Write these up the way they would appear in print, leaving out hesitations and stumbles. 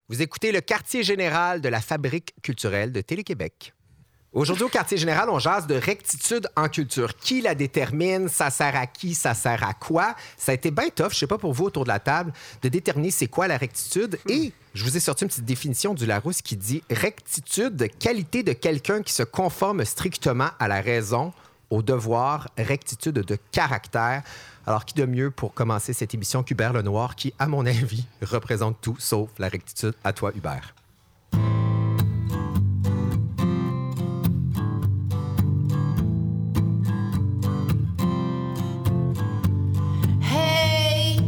Vous écoutez le quartier général de la Fabrique culturelle de Télé-Québec. Aujourd'hui, au quartier général, on jase de rectitude en culture. Qui la détermine? Ça sert à qui? Ça sert à quoi? Ça a été bien tough, je sais pas pour vous autour de la table, de déterminer c'est quoi la rectitude. Et je vous ai sorti une petite définition du Larousse qui dit « Rectitude, qualité de quelqu'un qui se conforme strictement à la raison, au devoir, rectitude de caractère. » Alors, qui de mieux pour commencer cette émission qu'Hubert Lenoir, qui, à mon avis, représente tout sauf la rectitude. À toi, Hubert. Hey,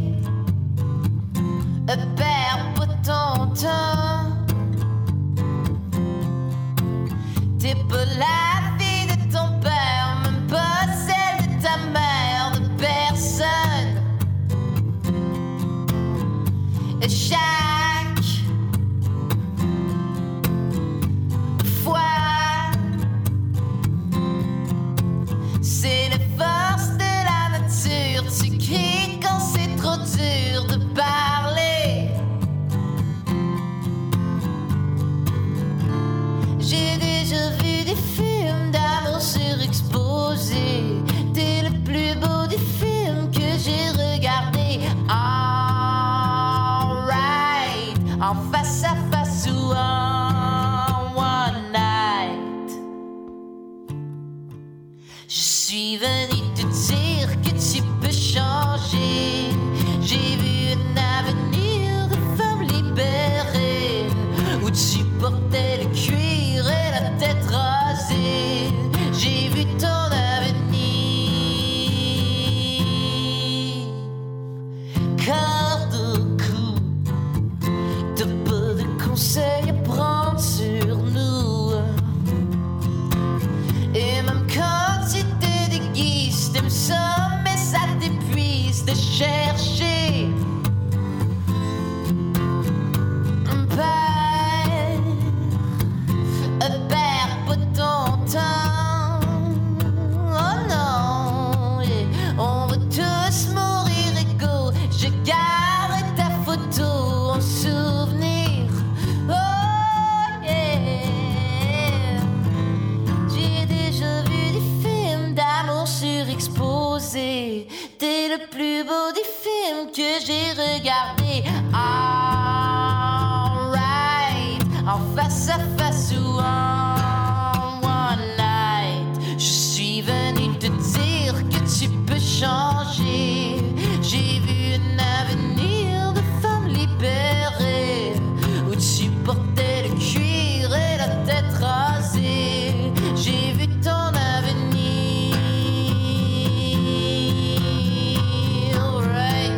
perds pas ton temps. T'es pas la fille de ton père, même pas celle de ta mère, de personne. Et chaque fois, c'est les forces de la nature. Tu cries quand c'est trop dur de parler. J'ai déjà vu des films d'amour surexposés. T'es le plus beau des films que j'ai regardé. Alright, en face à face ou en one night. Je suis venue te dire que tu peux changer. J'ai vu un avenir de femme libérée où tu portais le cuir et la tête rasée. J'ai vu ton avenir. Corde au cou, t'as pas de conseils à prendre sur nous. Et même quand tu te déguises, t'aimes ça, mais ça t'épuise de chercher. Perds pas ton temps. Oh non, yeah. On va tous mourir égaux. Je garde ta photo en souvenir. Oh yeah. J'ai déjà vu des films d'amour surexposés. T'es le plus beau des films que j'ai regardé. Alright, en face à face ou en one night. Je suis venue te dire que tu peux changer. J'ai vu un avenir de femme libérée où tu portais le cuir et la tête rasée. J'ai vu ton avenir. Right.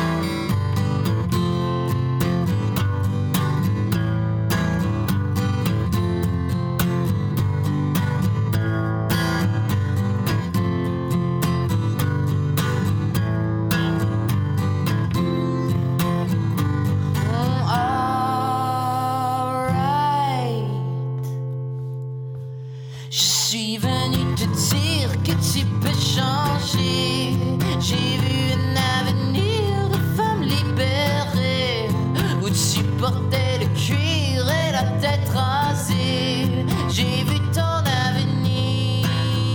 Je suis venue te dire que tu peux changer. J'ai vu un avenir de femme libérée où tu portais le cuir et la tête rasée. J'ai vu ton avenir.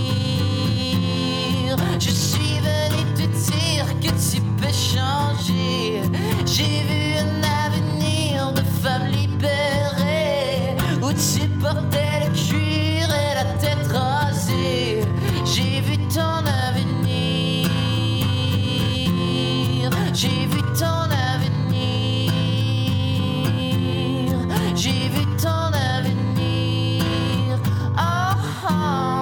Je suis venue te dire que tu peux changer. J'ai vu un avenir de femme libérée où tu portais le cuir et la tête rasée. J'ai vu ton avenir. J'ai vu ton avenir. J'ai vu ton avenir. Oh, oh.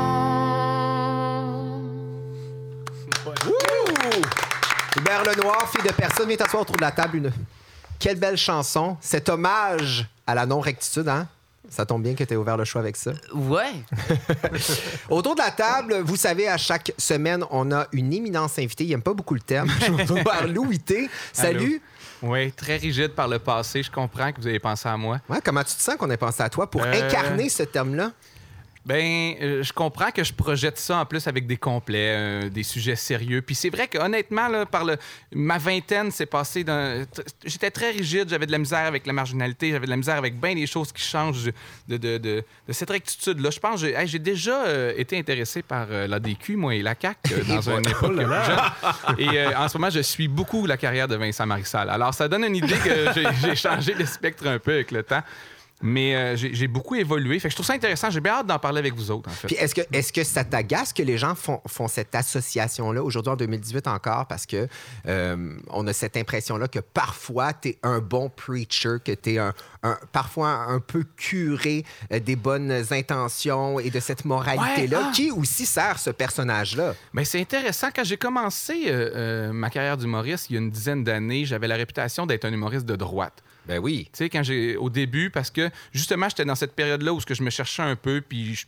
Hubert Lenoir, fille de personne, viens t'asseoir autour de la table. Quelle belle chanson. Cet hommage à la non-rectitude, hein? Ça tombe bien que tu aies ouvert le choix avec ça. Ouais. Autour de la table, vous savez, à chaque semaine, on a une éminence invitée. Il n'aime pas beaucoup le terme. Je vais voir Louis T. Salut. Allô. Oui, très rigide par le passé. Je comprends que vous avez pensé à moi. Ouais, comment tu te sens qu'on ait pensé à toi pour incarner ce terme-là? Je comprends que je projette ça en plus avec des complets, des sujets sérieux. Puis c'est vrai que honnêtement, là, ma vingtaine, c'est passé j'étais très rigide, j'avais de la misère avec la marginalité, j'avais de la misère avec bien des choses qui changent de cette rectitude-là. Je pense que j'ai déjà été intéressé par l'ADQ, moi, et la CAQ, dans une époque plus jeune. Et en ce moment, je suis beaucoup la carrière de Vincent Marissal. Alors, ça donne une idée que j'ai changé le spectre un peu avec le temps. Mais j'ai beaucoup évolué. Fait que je trouve ça intéressant. J'ai bien hâte d'en parler avec vous autres, en fait. Puis est-ce que ça t'agace que les gens font cette association-là aujourd'hui en 2018 encore parce que on a cette impression-là que parfois t'es un bon preacher, que t'es parfois un peu curé des bonnes intentions et de cette moralité-là qui aussi sert ce personnage-là? Bien, c'est intéressant. Quand j'ai commencé ma carrière d'humoriste il y a une dizaine d'années, j'avais la réputation d'être un humoriste de droite. Ben oui. Tu sais, au début, parce que justement, j'étais dans cette période-là où je me cherchais un peu, puis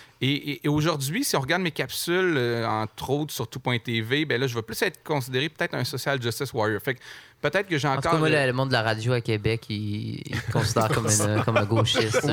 et aujourd'hui, si on regarde mes capsules, entre autres sur tout.tv, ben là, je vais plus être considéré peut-être un social justice warrior. Fait que peut-être que j'ai encore... En tout cas, moi, le monde de la radio à Québec, il considère comme un gauchiste.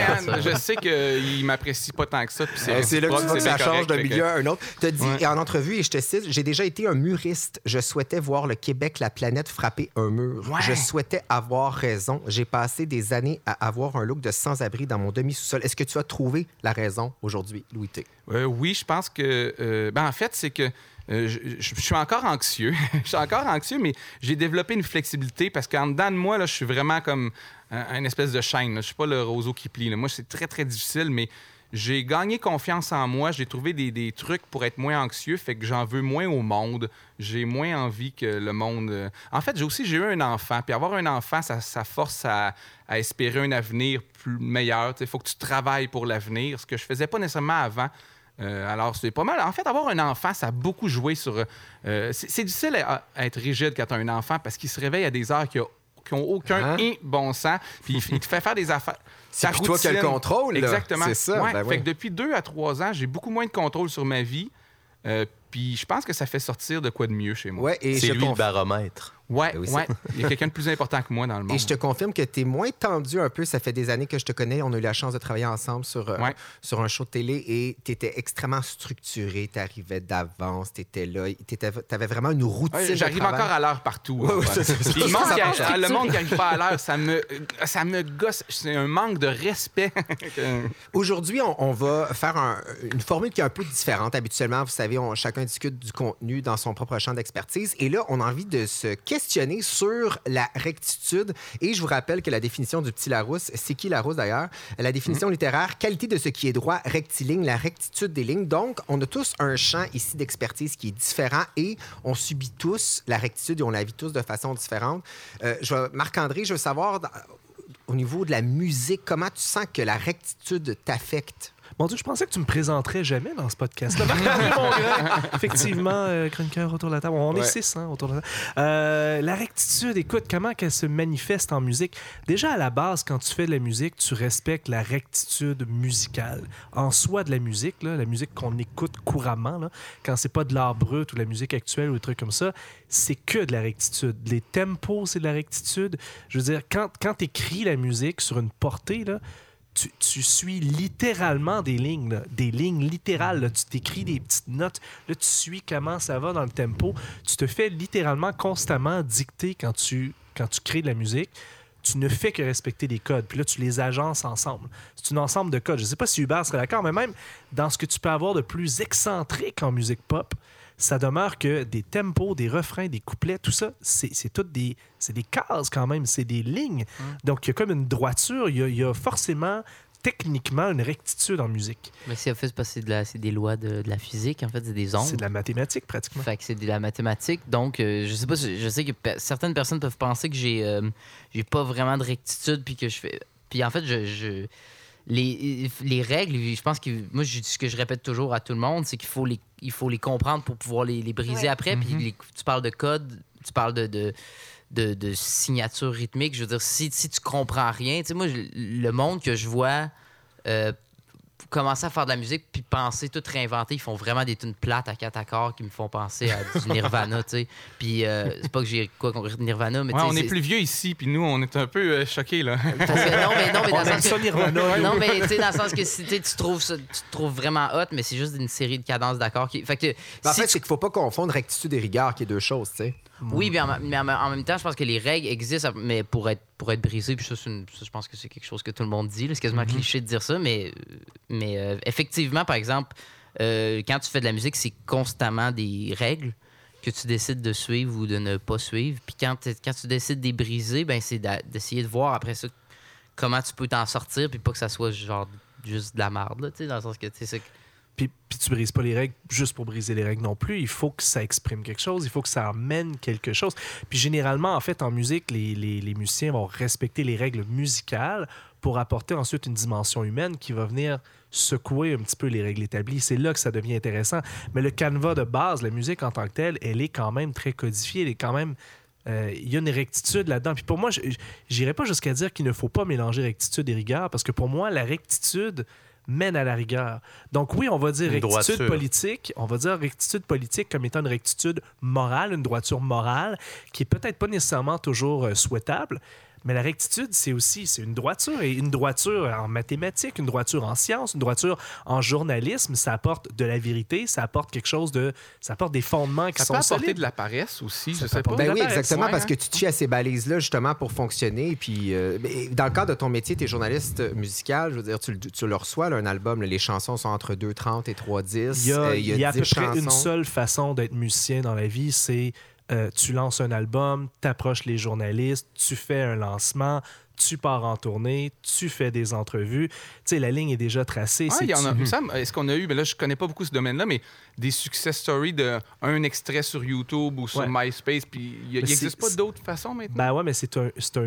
Je sais qu'il m'apprécie pas tant que ça. C'est là que tu vois que ça change d'un milieu à un autre. Tu as dit en entrevue, et je te cite, « J'ai déjà été un muriste. Je souhaitais voir le Québec, la planète frapper un mur. Ouais. Je souhaitais avoir raison. J'ai passé des années à avoir un look de sans-abri dans mon demi-sous-sol. Est-ce que tu as trouvé la raison aujourd'hui, Louis T? Oui, je pense que... en fait, c'est que je suis encore anxieux. Je suis encore anxieux, mais j'ai développé une flexibilité parce qu'en dedans de moi, là, je suis vraiment comme une espèce de chaîne. Là. Je suis pas le roseau qui plie. Là. Moi, c'est très, très difficile, mais j'ai gagné confiance en moi. J'ai trouvé des trucs pour être moins anxieux, fait que j'en veux moins au monde. J'ai moins envie que le monde... En fait, j'ai eu un enfant, puis avoir un enfant, ça force à espérer un avenir plus meilleur. Il faut que tu travailles pour l'avenir, ce que je faisais pas nécessairement avant. Alors, c'est pas mal. En fait, avoir un enfant, ça a beaucoup joué sur... c'est difficile à être rigide quand tu as un enfant parce qu'il se réveille à des heures qui n'ont aucun bon sens, puis il te fait faire des affaires. C'est toi qui as le contrôle. Là. Exactement. C'est ça. Ouais. Ben fait que depuis 2 à 3 ans, j'ai beaucoup moins de contrôle sur ma vie. Puis je pense que ça fait sortir de quoi de mieux chez moi. Ouais, et c'est lui le baromètre. Ouais. Il y a quelqu'un de plus important que moi dans le monde. Et je te confirme que tu es moins tendu un peu. Ça fait des années que je te connais. On a eu la chance de travailler ensemble sur un show de télé et tu étais extrêmement structuré. Tu arrivais d'avance, tu étais là. Tu avais vraiment une routine. J'arrive encore à l'heure partout. Le monde qui n'arrive pas à l'heure, ça me gosse. C'est un manque de respect. Aujourd'hui, on va faire une formule qui est un peu différente. Habituellement, vous savez, chacun discute du contenu dans son propre champ d'expertise. Et là, on a envie de se questionner sur la rectitude. Et je vous rappelle que la définition du petit Larousse, c'est qui Larousse d'ailleurs? La définition littéraire, qualité de ce qui est droit, rectiligne, la rectitude des lignes. Donc, on a tous un champ ici d'expertise qui est différent et on subit tous la rectitude et on la vit tous de façon différente. Marc-André, je veux savoir, au niveau de la musique, comment tu sens que la rectitude t'affecte? Mon Dieu, je pensais que tu me présenterais jamais dans ce podcast-là. Marc-André Mongrain, effectivement, chroniqueur autour de la table. On est 6 autour de la table. La rectitude, écoute, comment qu'elle se manifeste en musique? Déjà, à la base, quand tu fais de la musique, tu respectes la rectitude musicale. En soi, de la musique, là, la musique qu'on écoute couramment, là, quand c'est pas de l'art brut ou de la musique actuelle ou des trucs comme ça, c'est que de la rectitude. Les tempos, c'est de la rectitude. Je veux dire, quand tu écris la musique sur une portée, là, tu suis littéralement des lignes littérales. Là. Tu t'écris des petites notes. Là, tu suis comment ça va dans le tempo. Tu te fais littéralement constamment dicter quand tu crées de la musique. Tu ne fais que respecter des codes. Puis là, tu les agences ensemble. C'est un ensemble de codes. Je ne sais pas si Hubert serait d'accord, mais même dans ce que tu peux avoir de plus excentrique en musique pop, ça demeure que des tempos, des refrains, des couplets, tout ça, c'est toutes des cases quand même, c'est des lignes. Donc, il y a comme une droiture, il y a forcément, techniquement, une rectitude en musique. Mais c'est en fait parce que c'est des lois de la physique, en fait, c'est des ondes. C'est de la mathématique, pratiquement. Fait que c'est de la mathématique, donc je sais pas, je sais que certaines personnes peuvent penser que j'ai pas vraiment de rectitude, puis que je fais... Puis en fait, les règles, je pense que moi, ce que je répète toujours à tout le monde, c'est qu'il faut les comprendre pour pouvoir les briser après. Puis tu parles de code, tu parles de signature rythmique. Je veux dire, si tu comprends rien, tu sais, moi, le monde que je vois commencer à faire de la musique puis penser, tout réinventer. Ils font vraiment des tunes plates à 4 accords qui me font penser à du Nirvana, tu sais. Puis c'est pas que j'ai quoi contre Nirvana, mais tu sais... on est plus vieux ici, puis nous, on est un peu choqués, là. Parce que non, mais dans le sens que... Nirvana. Non, mais tu sais, dans le sens que si tu trouves ça, tu te trouves vraiment hot, mais c'est juste une série de cadences d'accords qui... Fait que... En fait, c'est qu'il faut pas confondre rectitude et rigueur, qui est deux choses, tu sais. Oui, mais en même temps, je pense que les règles existent, mais pour être brisées, puis ça, je pense que c'est quelque chose que tout le monde dit. Là. C'est quasiment cliché de dire ça, mais effectivement, par exemple, quand tu fais de la musique, c'est constamment des règles que tu décides de suivre ou de ne pas suivre. Puis quand tu décides de les briser, ben, c'est d'essayer de voir après ça comment tu peux t'en sortir, puis pas que ça soit genre juste de la merde, là, dans le sens que c'est... Puis tu brises pas les règles juste pour briser les règles non plus. Il faut que ça exprime quelque chose. Il faut que ça amène quelque chose. Puis généralement, en fait, en musique, les musiciens vont respecter les règles musicales pour apporter ensuite une dimension humaine qui va venir secouer un petit peu les règles établies. C'est là que ça devient intéressant. Mais le canevas de base, la musique en tant que telle, elle est quand même très codifiée. Elle est quand même... il y a une rectitude là-dedans. Puis pour moi, j'irais pas jusqu'à dire qu'il ne faut pas mélanger rectitude et rigueur, parce que pour moi, la rectitude mène à la rigueur. Donc oui, on va dire rectitude politique. On va dire rectitude politique comme étant une rectitude morale, une droiture morale, qui est peut-être pas nécessairement toujours souhaitable. Mais la rectitude, c'est une droiture. Et une droiture en mathématiques, une droiture en sciences, une droiture en journalisme, ça apporte de la vérité, ça apporte quelque chose de... Ça apporte des fondements qui sont solides. Ça peut apporter de la paresse aussi, je sais pas. Ben oui, exactement, parce que tu te fies à ces balises-là, justement, pour fonctionner. Puis, dans le cadre de ton métier, tu es journaliste musical, je veux dire, tu le reçois, là, un album, là, les chansons sont entre 2,30 et 3,10. Il y a à peu près chansons. une seule façon d'être musicien dans la vie, c'est... tu lances un album, t'approches les journalistes, tu fais un lancement, tu pars en tournée, tu fais des entrevues. Tu sais, la ligne est déjà tracée. Ouais, il y en a. Est-ce qu'on a eu, mais là, je connais pas beaucoup ce domaine-là, mais des success stories d'un extrait sur YouTube ou sur MySpace, puis il n'existe pas d'autres façons maintenant? Ben ouais, mais c'est une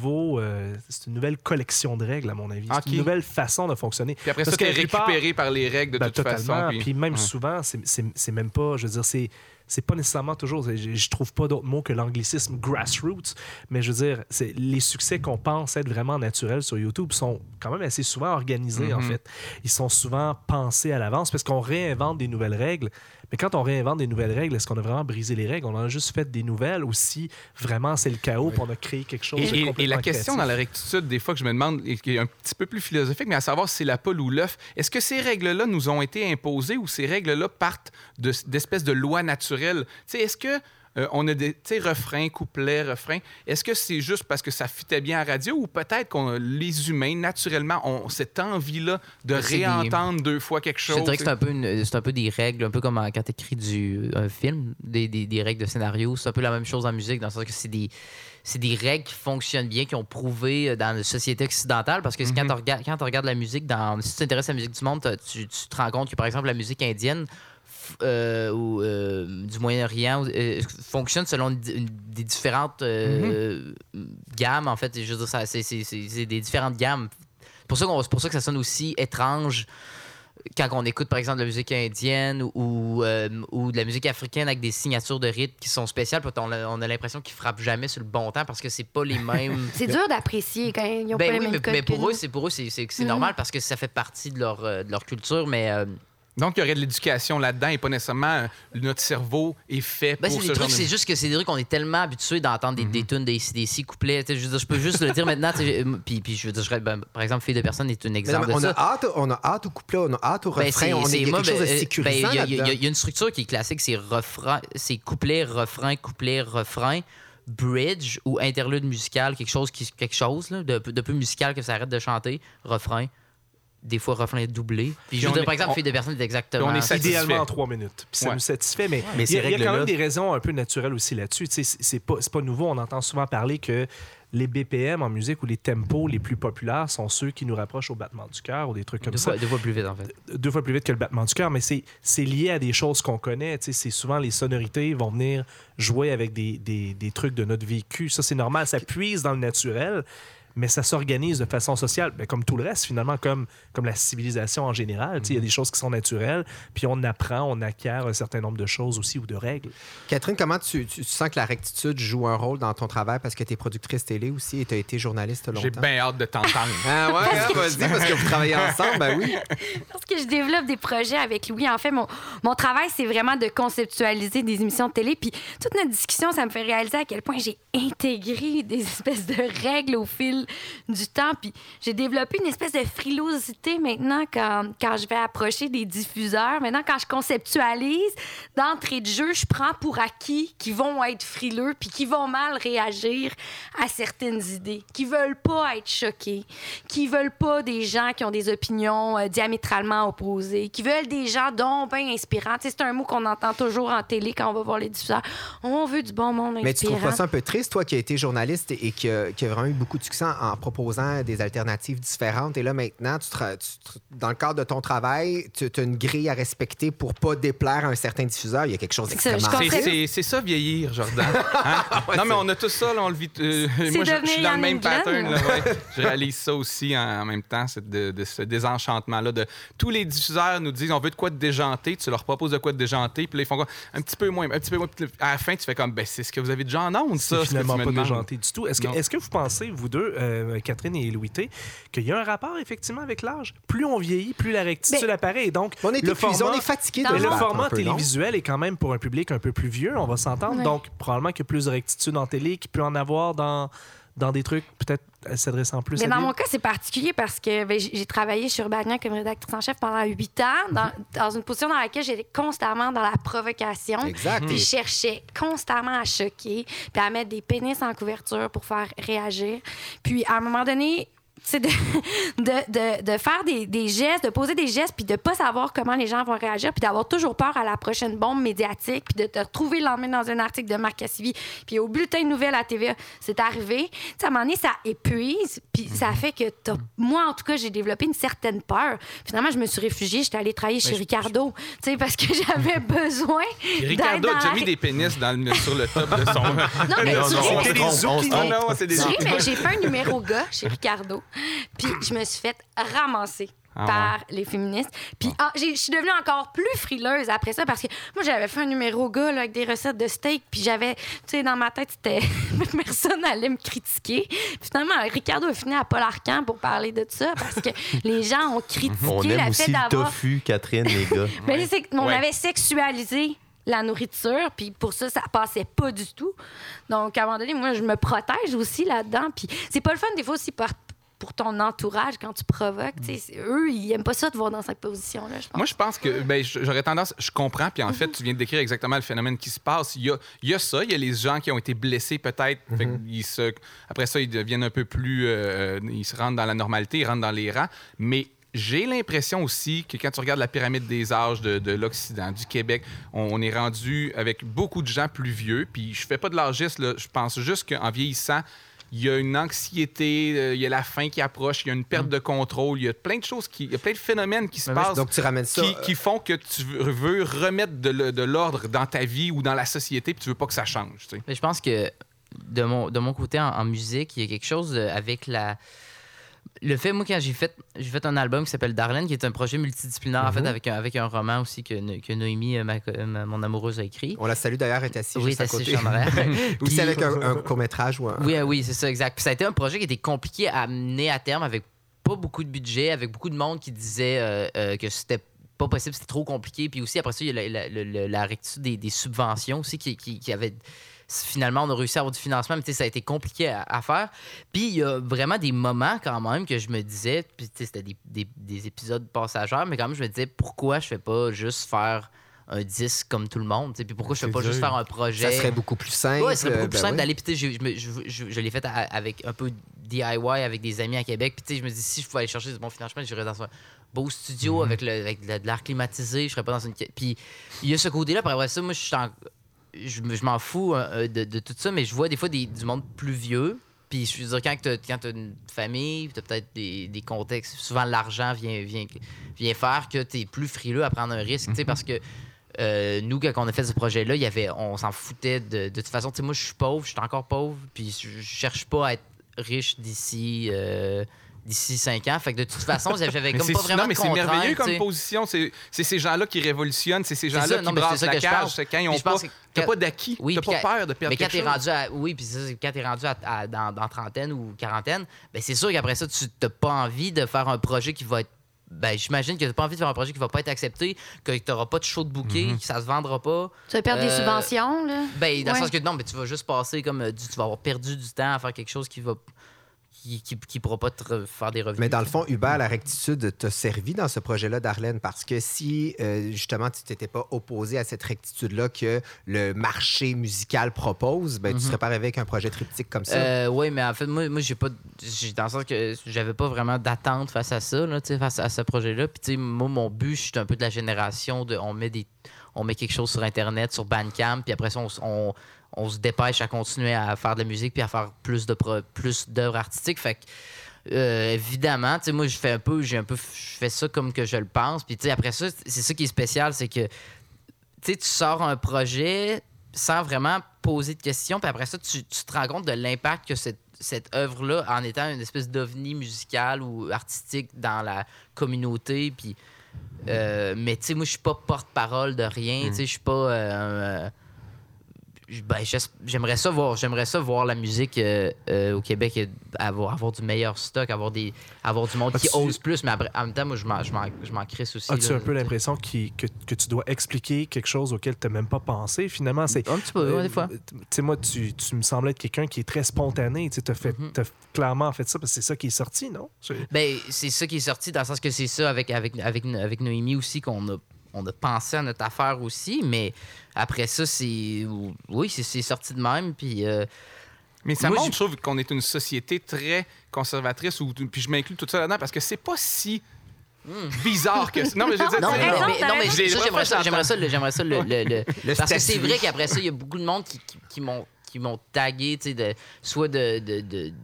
nouvelle collection de règles, à mon avis. C'est une nouvelle façon de fonctionner. Puis après ça, t'es récupéré par les règles de toute façon. Puis même souvent, c'est même pas, je veux dire, c'est pas nécessairement toujours, je trouve pas d'autre mot que l'anglicisme grassroots, mais je veux dire, les succès qu'on pense être vraiment naturels sur YouTube sont quand même assez souvent organisés, en fait. Ils sont souvent pensés à l'avance parce qu'on réinvente des nouvelles règles. Mais quand on réinvente des nouvelles règles, est-ce qu'on a vraiment brisé les règles? On en a juste fait des nouvelles, ou si vraiment c'est le chaos puis on a créé quelque chose de complètement Et la question créatif. Dans la rectitude, des fois que je me demande, et qui est un petit peu plus philosophique, mais à savoir si c'est la poule ou l'œuf, est-ce que ces règles-là nous ont été imposées ou ces règles-là partent d'espèces de lois naturelles? Tu sais, est-ce que on a des refrains, couplets, refrains. Est-ce que c'est juste parce que ça fitait bien à la radio ou peut-être que les humains, naturellement, ont cette envie-là de réentendre deux fois quelque chose? Je dirais que c'est un peu des règles, un peu comme quand tu écris un film, des règles de scénario. C'est un peu la même chose en musique, dans le sens que c'est des règles qui fonctionnent bien, qui ont prouvé dans la société occidentale. Parce que quand tu regardes la musique, si tu t'intéresses à la musique du monde, tu te rends compte que, par exemple, la musique indienne ou du Moyen-Orient fonctionne selon des différentes gammes, en fait. Je veux dire, c'est des différentes gammes. C'est pour ça que ça sonne aussi étrange quand on écoute, par exemple, de la musique indienne ou de la musique africaine avec des signatures de rythme qui sont spéciales. On a l'impression qu'ils frappent jamais sur le bon temps parce que c'est pas les mêmes... C'est dur d'apprécier quand ils n'ont pas les mêmes codes. Mais pour eux, c'est normal parce que ça fait partie de leur culture, mais... Donc, il y aurait de l'éducation là-dedans et pas nécessairement notre cerveau est fait pour ce genre de... C'est juste que c'est des trucs qu'on est tellement habitués d'entendre des tunes, des six couplets. Je peux juste le dire maintenant. Puis je veux dire, par exemple, Fille de personne est un exemple de ça. On a hâte au couplet, on a hâte au refrain. On est quelque chose de sécurisant Il y a une structure qui est classique, c'est couplet, refrain, bridge ou interlude musical, quelque chose là, de peu musical que ça arrête de chanter, refrain. Des fois, refrain doublé. Puis je veux dire, par exemple, Fille de personne est exactement... On est idéalement en 3 minutes. Puis ça nous satisfait. Mais il y a quand même des raisons un peu naturelles aussi là-dessus. C'est pas nouveau. On entend souvent parler que les BPM en musique ou les tempos les plus populaires sont ceux qui nous rapprochent au battement du cœur ou des trucs comme ça. 2 fois plus vite, en fait. 2 fois plus vite que le battement du cœur, mais c'est lié à des choses qu'on connaît. C'est souvent les sonorités vont venir jouer avec des trucs de notre vécu. Ça, c'est normal. Ça puise dans le naturel. mais ça s'organise de façon sociale, comme tout le reste, finalement, comme la civilisation en général. Il y a des choses qui sont naturelles, puis on apprend, on acquiert un certain nombre de choses aussi ou de règles. Catherine, comment tu sens que la rectitude joue un rôle dans ton travail parce que tu es productrice télé aussi et tu as été journaliste longtemps? J'ai bien hâte de t'entendre. Ah ouais, vas-y, parce que vous travaillez ensemble, ben oui. Parce que je développe des projets avec Louis. En fait, mon travail, c'est vraiment de conceptualiser des émissions de télé. Puis toute notre discussion, ça me fait réaliser à quel point j'ai intégré des espèces de règles au fil du temps. Puis j'ai développé une espèce de frilosité maintenant quand je vais approcher des diffuseurs. Maintenant, quand je conceptualise, d'entrée de jeu, je prends pour acquis qu'ils vont être frileux puis qu'ils vont mal réagir à certaines idées, qui veulent pas être choqués, qui veulent pas des gens qui ont des opinions diamétralement opposées, qui veulent des gens donc bien inspirants. C'est un mot qu'on entend toujours en télé quand on va voir les diffuseurs. On veut du bon monde inspirant. Mais tu trouves pas ça un peu triste, toi qui as été journaliste et qui a vraiment eu beaucoup de succès en proposant des alternatives différentes, et là maintenant, dans le cadre de ton travail, tu as une grille à respecter pour pas déplaire à un certain diffuseur. Il y a quelque chose d'extrêmement... C'est ça, vieillir, Jordan. Hein? Non, mais on a tout ça, là, on le vit... moi, je suis dans le même pattern. Là, ouais. Je réalise ça aussi en même temps, de ce désenchantement-là. Tous les diffuseurs nous disent, on veut de quoi de déjanté, tu leur proposes de quoi de déjanté, puis là, ils font quoi? Un petit peu moins. Puis à la fin, tu fais comme, c'est ce que vous avez déjà en ondes, ça. C'est finalement pas déjanté du tout. Est-ce que vous pensez, vous deux, Catherine et Louis T, qu'il y a un rapport, effectivement, avec l'âge? Plus on vieillit, plus la rectitude apparaît. Donc, on est épuisé, on est fatigué de le format télévisuel est quand même pour un public un peu plus vieux, on va s'entendre. Oui. Donc, probablement qu'il y a plus de rectitude en télé qu'il peut en avoir dans des trucs peut-être s'adressant plus mais à dans lui. mon cas, c'est particulier parce que j'ai travaillé chez Urbania comme rédactrice en chef pendant 8 ans, dans une position dans laquelle j'étais constamment dans la provocation. Exact. Puis je cherchais constamment à choquer, puis à mettre des pénis en couverture pour faire réagir. Puis à un moment donné, c'est de faire des gestes, de poser des gestes, puis de pas savoir comment les gens vont réagir, puis d'avoir toujours peur à la prochaine bombe médiatique, puis de te retrouver le lendemain dans un article de Marc Cassivi, puis au bulletin de nouvelles à TVA, c'est arrivé. T'sais, à un moment donné, ça épuise, puis ça fait que moi, en tout cas, j'ai développé une certaine peur. Finalement, je me suis réfugiée, j'étais allée travailler chez Ricardo, parce que j'avais besoin Ricardo a déjà mis des pénis sur le top de son... Non, mais c'est des mais j'ai fait un numéro gars chez Ricardo. Puis je me suis fait ramasser par les féministes. Puis je suis devenue encore plus frileuse après ça parce que moi, j'avais fait un numéro gars là, avec des recettes de steak. Puis j'avais, tu sais, dans ma tête, c'était personne allait me critiquer. Puis finalement, Ricardo a fini à Paul Arcand pour parler de ça parce que les gens ont critiqué on aime aussi le tofu, Catherine, les gars. Mais on avait sexualisé la nourriture, puis pour ça, ça passait pas du tout. Donc, à un moment donné, moi, je me protège aussi là-dedans. Puis c'est pas le fun, des fois, aussi, pour ton entourage, quand tu provoques. Eux, ils n'aiment pas ça de voir dans cette position-là, je pense. Moi, je pense que j'aurais tendance... Je comprends, puis en fait, tu viens de décrire exactement le phénomène qui se passe. Il y a ça, il y a les gens qui ont été blessés peut-être. Après ça, ils deviennent un peu plus... ils se rendent dans la normalité, ils rentrent dans les rangs. Mais j'ai l'impression aussi que quand tu regardes la pyramide des âges de l'Occident, du Québec, on est rendu avec beaucoup de gens plus vieux. Puis je fais pas de l'âgisme, là. Je pense juste qu'en vieillissant, il y a une anxiété, il y a la fin qui approche, il y a une perte de contrôle, il y a plein de choses, il y a plein de phénomènes qui se passent. Donc tu ramènes ça, qui font que tu veux remettre de l'ordre dans ta vie ou dans la société, puis tu veux pas que ça change. Tu sais. Mais je pense que de mon côté en musique, il y a quelque chose avec le fait, moi, quand j'ai fait un album qui s'appelle Darlene, qui est un projet multidisciplinaire, en fait, avec un roman aussi que Noémie, mon amoureuse, a écrit. On la salue d'ailleurs, elle est assise juste à côté. Oui, assise aussi avec un court-métrage ou un... Oui, c'est ça, exact. Puis ça a été un projet qui était compliqué à mener à terme avec pas beaucoup de budget, avec beaucoup de monde qui disait que c'était pas possible, c'était trop compliqué. Puis aussi, après ça, il y a la rectitude des subventions aussi qui avait... Finalement, on a réussi à avoir du financement, mais ça a été compliqué à faire. Puis il y a vraiment des moments quand même que je me disais, puis c'était des épisodes passagers, mais quand même je me disais pourquoi je fais pas juste faire un disque comme tout le monde, puis pourquoi je fais pas juste faire un projet. Ça serait beaucoup plus simple. Oui, ça serait beaucoup plus simple d'aller, puis je l'ai fait avec un peu DIY avec des amis à Québec, puis je me dis si je pouvais aller chercher du bon financement, j'irais dans un beau studio avec de l'air climatisé, je serais pas dans une... Puis il y a ce côté-là, puis après ça, moi je m'en fous de tout ça, mais je vois des fois du monde plus vieux. Puis je veux dire, quand t'as une famille, t'as peut-être des contextes, souvent l'argent vient faire que t'es plus frileux à prendre un risque, parce que nous, quand on a fait ce projet-là, on s'en foutait de toute façon. Moi, je suis pauvre, je suis encore pauvre, puis je cherche pas à être riche d'ici 5 ans. Fait que de toute façon, j'avais comme pas vraiment non, mais de c'est contraintes, merveilleux comme t'sais. position. C'est ces gens-là qui révolutionnent, c'est ces gens-là ça, qui non, mais brassent c'est ça la que je cage. pense. C'est quand ils Puis ont je pense pas... que T'as quand- pas d'acquis. Oui, T'as puis pas peur de perdre mais quand quelque t'es chose. rendu oui, puis quand t'es rendu dans trentaine ou quarantaine, ben c'est sûr qu'après ça, tu n'as pas envie de faire un projet qui va être. Ben, j'imagine que tu n'as pas envie de faire un projet qui va pas être accepté, que tu n'auras pas de show de bouquet, que ça se vendra pas. Tu vas perdre des subventions, là? Ben, dans le Ouais. sens que non, mais tu vas juste passer comme tu vas avoir perdu du temps à faire quelque chose qui va qui pourra pas te faire des revenus. Mais dans le fond, Hubert, la rectitude t'a servi dans ce projet-là, Darlene, parce que si, justement, tu t'étais pas opposé à cette rectitude-là que le marché musical propose, ben, tu serais pas arrivé avec un projet triptyque comme ça. Oui, mais en fait, moi j'ai pas. Dans le sens que j'avais pas vraiment d'attente face à ça, là, face à ce projet-là. Puis, tu sais, moi, mon but, je suis un peu de la génération de. On met quelque chose sur Internet, sur Bandcamp, puis après ça, on se dépêche à continuer à faire de la musique puis à faire plus d'œuvres artistiques. Fait que, évidemment, tu sais, moi, je fais ça comme que je le pense. Puis, tu sais, après ça, c'est ça qui est spécial, c'est que, tu sais, tu sors un projet sans vraiment poser de questions, puis après ça, tu te rends compte de l'impact que cette œuvre-là, en étant une espèce d'ovni musical ou artistique dans la communauté, puis... mais, tu sais, moi, je suis pas porte-parole de rien. Tu sais, je suis pas... j'aimerais ça voir la musique au Québec avoir du meilleur stock, avoir du monde qui ose plus, mais après, en même temps, moi, je m'en crisse aussi. As-tu là, un peu l'impression que tu dois expliquer quelque chose auquel tu n'as même pas pensé? Finalement, c'est... Un petit peu, ouais, des fois. Tu sais, moi, tu me semblais être quelqu'un qui est très spontané. Tu as clairement fait ça parce que c'est ça qui est sorti, non? Ben, c'est ça qui est sorti, dans le sens que c'est ça avec Noémie aussi qu'on a pensé à notre affaire aussi, mais après ça, c'est sorti de même, puis... Mais ça moi, montre, je trouve, qu'on est une société très conservatrice, puis je m'inclus tout ça là-dedans, parce que c'est pas si bizarre que ça. Non, mais je veux dire, Non, tu sais, mais je l'ai ça, pas j'aimerais ça Le parce que c'est statut. vrai qu'après ça, il y a beaucoup de monde qui m'ont tagué, tu sais, soit de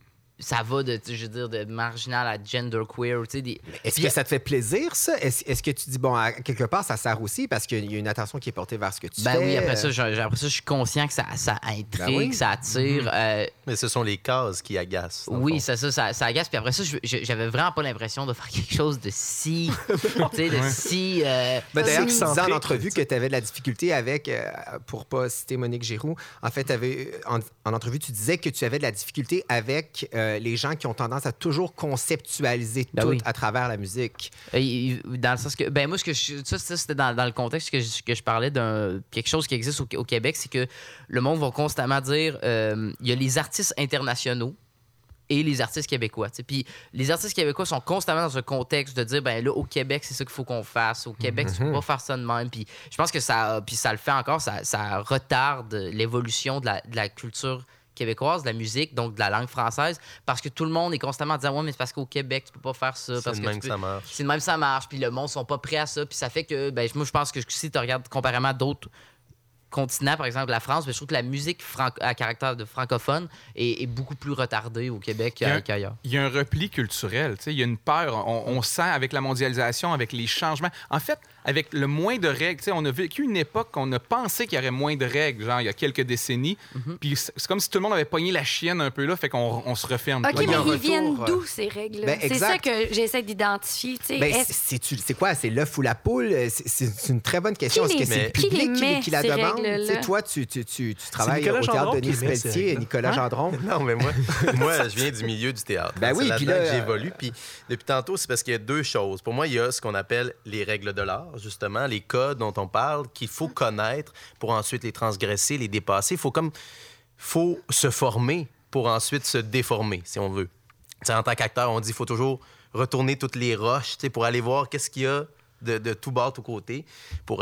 ça va je veux dire, de marginal à genderqueer, tu sais, Est-ce que ça te fait plaisir, ça? Est-ce que tu dis, bon, à quelque part, ça sert aussi parce qu'il y a une attention qui est portée vers ce que tu fais? oui, après ça, je suis conscient que ça intrigue, Ben oui. ça attire. Mais ce sont les cases qui agacent. dans le Oui, fond. ça agace. Puis après ça, j'avais vraiment pas l'impression de faire quelque chose de si... tu sais, de si... Ben, d'ailleurs, tu disais en excentrique, entrevue que tu avais de la difficulté avec, pour pas citer Monique Giroux, en fait, en entrevue, tu disais que tu avais de la difficulté avec les gens qui ont tendance à toujours conceptualiser Ben tout oui. à travers la musique. Dans le sens que... Ben moi, ça c'était dans le contexte que je parlais d'un quelque chose qui existe au Québec, c'est que le monde va constamment dire il y a les artistes internationaux et les artistes québécois. T'sais. Puis les artistes québécois sont constamment dans ce contexte de dire ben là, au Québec, c'est ça qu'il faut qu'on fasse. Au Québec, tu peux pas faire ça de même. Puis je pense que ça le fait encore, ça retarde l'évolution de la culture québécoise, de la musique, donc de la langue française, parce que tout le monde est constamment en disant « Ouais, mais c'est parce qu'au Québec, tu peux pas faire ça. » C'est de même que ça marche. C'est de même que ça marche, puis le monde sont pas prêts à ça, puis ça fait que, ben, moi, je pense que si tu regardes comparément à d'autres continents, par exemple la France, ben, je trouve que la musique à caractère de francophone est beaucoup plus retardée au Québec qu'ailleurs. il y a un repli culturel, tu sais, il y a une peur. On sent avec la mondialisation, avec les changements. En fait, avec le moins de règles, tu sais, on a vécu une époque qu'on a pensé qu'il y aurait moins de règles, genre il y a quelques décennies. Puis c'est comme si tout le monde avait pogné la chienne un peu là, fait qu'on se referme. OK, il y mais a un ils retour, viennent d'où, ces règles-là? Ben, C'est exact. ça que j'essaie d'identifier. tu sais. Ben, Est-ce- c'est quoi? C'est l'œuf ou la poule? C'est une très bonne question. Qui Est-ce que les- c'est le qui les public met, qui la ces demande? règles-là? Tu sais, toi, tu travailles Nicolas au théâtre Gendron Denise qui met ces Pelletier et règles-là. Nicolas Hein? Gendron. Non, mais moi, je viens du milieu du théâtre. Ben oui, c'est puis là-dedans là, que j'évolue. Puis depuis tantôt, c'est parce qu'il y a deux choses. Pour moi, il y a ce qu'on appelle les règles de l'art, justement, les codes dont on parle, qu'il faut connaître pour ensuite les transgresser, les dépasser. Faut se former pour ensuite se déformer, si on veut. T'sais, en tant qu'acteur, on dit qu'il faut toujours retourner toutes les roches pour aller voir qu'est-ce qu'il y a de tout bas, tout côté, pour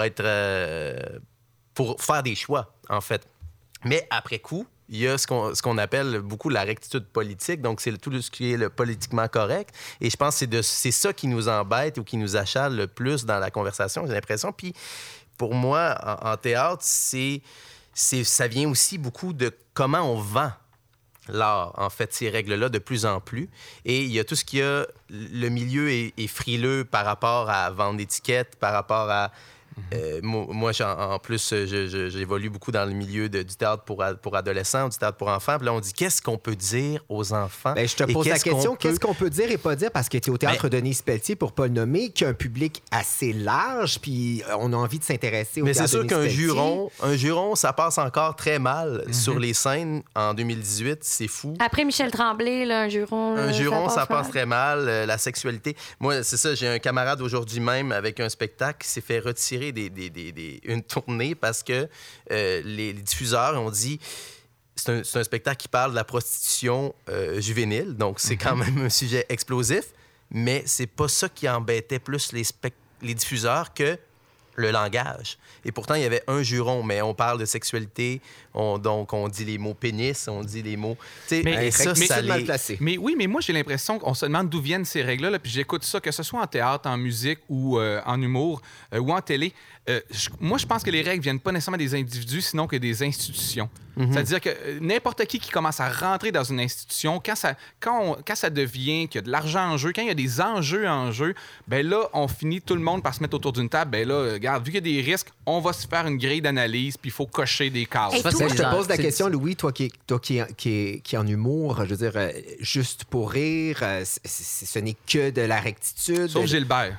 faire des choix, en fait. Mais après coup, il y a ce qu'on appelle beaucoup la rectitude politique. Donc, c'est tout ce qui est le politiquement correct. Et je pense que c'est ça qui nous embête ou qui nous achale le plus dans la conversation, j'ai l'impression. Puis, pour moi, en théâtre, ça vient aussi beaucoup de comment on vend l'art, en fait, ces règles-là, de plus en plus. Et il y a tout ce qu'il y a... Le milieu est frileux par rapport à vendre d'étiquettes, par rapport à Moi, en plus, j'évolue beaucoup dans le milieu du théâtre pour adolescents, du théâtre pour enfants. Puis là, on dit, qu'est-ce qu'on peut dire aux enfants? Ben, je te pose la question, qu'est-ce qu'on peut dire et pas dire? Parce que tu es au théâtre Denise Pelletier, pour pas le nommer, qui a un public assez large, puis on a envie de s'intéresser au Mais théâtre c'est sûr Denise Pelletier. un juron, ça passe encore très mal sur les scènes en 2018. C'est fou. Après Michel Tremblay, là, un juron. Un juron, ça passe mal. très mal. La sexualité. Moi, c'est ça, j'ai un camarade aujourd'hui même avec un spectacle qui s'est fait retirer une tournée parce que les diffuseurs ont dit... C'est un spectacle qui parle de la prostitution juvénile, donc c'est quand même un sujet explosif, mais c'est pas ça qui embêtait plus les diffuseurs que le langage. Et pourtant, il y avait un juron, mais on parle de sexualité, donc on dit les mots pénis, on dit les mots... Mais ça mal placé. Mais oui, mais moi, j'ai l'impression qu'on se demande d'où viennent ces règles-là, puis j'écoute ça, que ce soit en théâtre, en musique ou en humour ou en télé. Moi, je pense que les règles viennent pas nécessairement des individus, sinon que des institutions. C'est-à-dire que n'importe qui commence à rentrer dans une institution, quand ça devient qu'il y a de l'argent en jeu, quand il y a des enjeux en jeu, ben là, on finit tout le monde par se mettre autour d'une table. Ben là, regarde, vu qu'il y a des risques, on va se faire une grille d'analyse, puis il faut cocher des cases. Et Je te pose la question, Louis, toi qui est en humour, je veux dire, juste pour rire, ce n'est que de la rectitude. Sauf Gilbert.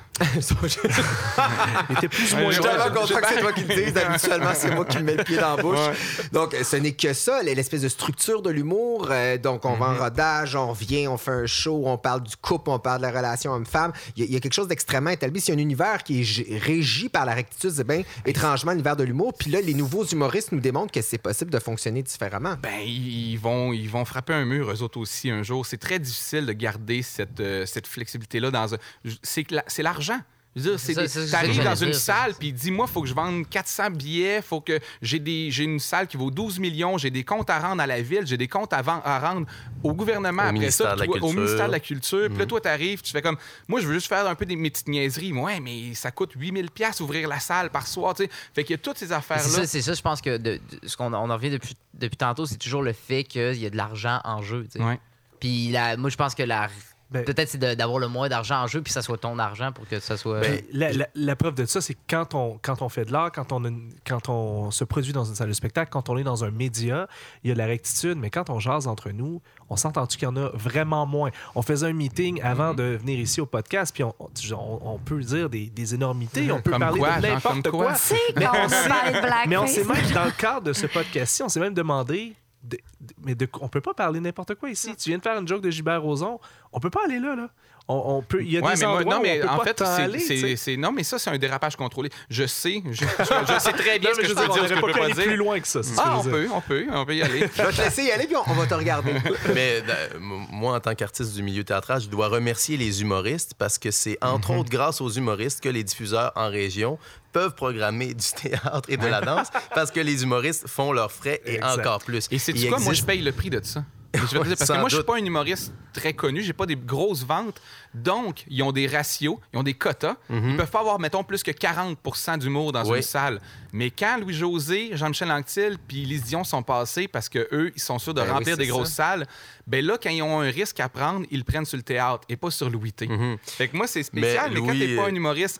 Il était plus ou moins Je suis tellement content que c'est toi qui le dises. Habituellement, c'est moi qui me mets le pied dans la bouche. Donc, ce n'est que ça, l'espèce de structure de l'humour. Donc, on va en rodage, on revient, on fait un show, on parle du couple, on parle de la relation homme-femme. Il y a quelque chose d'extrêmement établi. S'il y a un univers qui est régi par la rectitude, c'est bien étrangement l'univers de l'humour. Puis là, les nouveaux humoristes nous démontrent que c'est possible de fonctionner différemment. Ben, ils vont frapper un mur, eux autres aussi, un jour. C'est très difficile de garder cette flexibilité-là dans un... C'est l'argent. Je veux dire, t'arrives dans une salle, puis dis-moi, il faut que je vende 400 billets, faut que j'ai une salle qui vaut 12 millions, j'ai des comptes à rendre à la ville, j'ai des comptes à rendre au gouvernement au après ministère ça, au ministère de la Culture. Puis là, Mm-hmm. toi, t'arrives, tu fais comme, moi, je veux juste faire un peu mes petites niaiseries. Ouais, mais ça coûte 8000 $ ouvrir la salle par soir, tu sais. Fait qu'il y a toutes ces affaires-là. C'est ça, je pense que ce qu'on en revient depuis tantôt, c'est toujours le fait qu'il y a de l'argent en jeu, tu sais. Ouais. Puis moi, je pense que peut-être c'est d'avoir le moins d'argent en jeu puis que ça soit ton argent pour que ça soit... La preuve de ça, c'est que quand on fait de l'art, quand on se produit dans une salle de spectacle, quand on est dans un média, il y a de la rectitude, mais quand on jase entre nous, on s'entend-tu qu'il y en a vraiment moins? On faisait un meeting avant de venir ici au podcast, puis on peut dire des énormités, on peut Comme parler quoi, de genre, n'importe comme quoi? quoi. Tu sais, quand on parlait de blackface. Mais on s'est même, dans le cadre de ce podcast-ci, on s'est même demandé... on peut pas parler n'importe quoi ici. Tu viens de faire une joke de Gilbert Rozon. On peut pas aller là. On peut, il y a des endroits où on peut en pas fait, t'en aller. non, mais ça, c'est un dérapage contrôlé. Je sais très bien ce que je peux dire, ce que je peux pas aller plus dire. loin que ça. On peut y aller. Je vais te laisser y aller, puis on va te regarder. Mais moi, en tant qu'artiste du milieu théâtral, je dois remercier les humoristes parce que c'est entre autres grâce aux humoristes que les diffuseurs en région peuvent programmer du théâtre et de la danse parce que les humoristes font leurs frais et Exact. encore plus. Et c'est quoi? Moi, je paye le prix de ça. Je vais te dire, parce que moi, je suis pas un humoriste très connu, j'ai pas des grosses ventes. Donc, ils ont des ratios, ils ont des quotas. Ils peuvent pas avoir, mettons, plus que 40% d'humour dans une salle. Mais quand Louis-José, Jean-Michel Anctil puis Lise Dion sont passés parce qu'eux, ils sont sûrs de remplir des grosses salles, ben là, quand ils ont un risque à prendre, ils le prennent sur le théâtre et pas sur Louis T. Fait que moi, c'est spécial, mais quand t'es pas un humoriste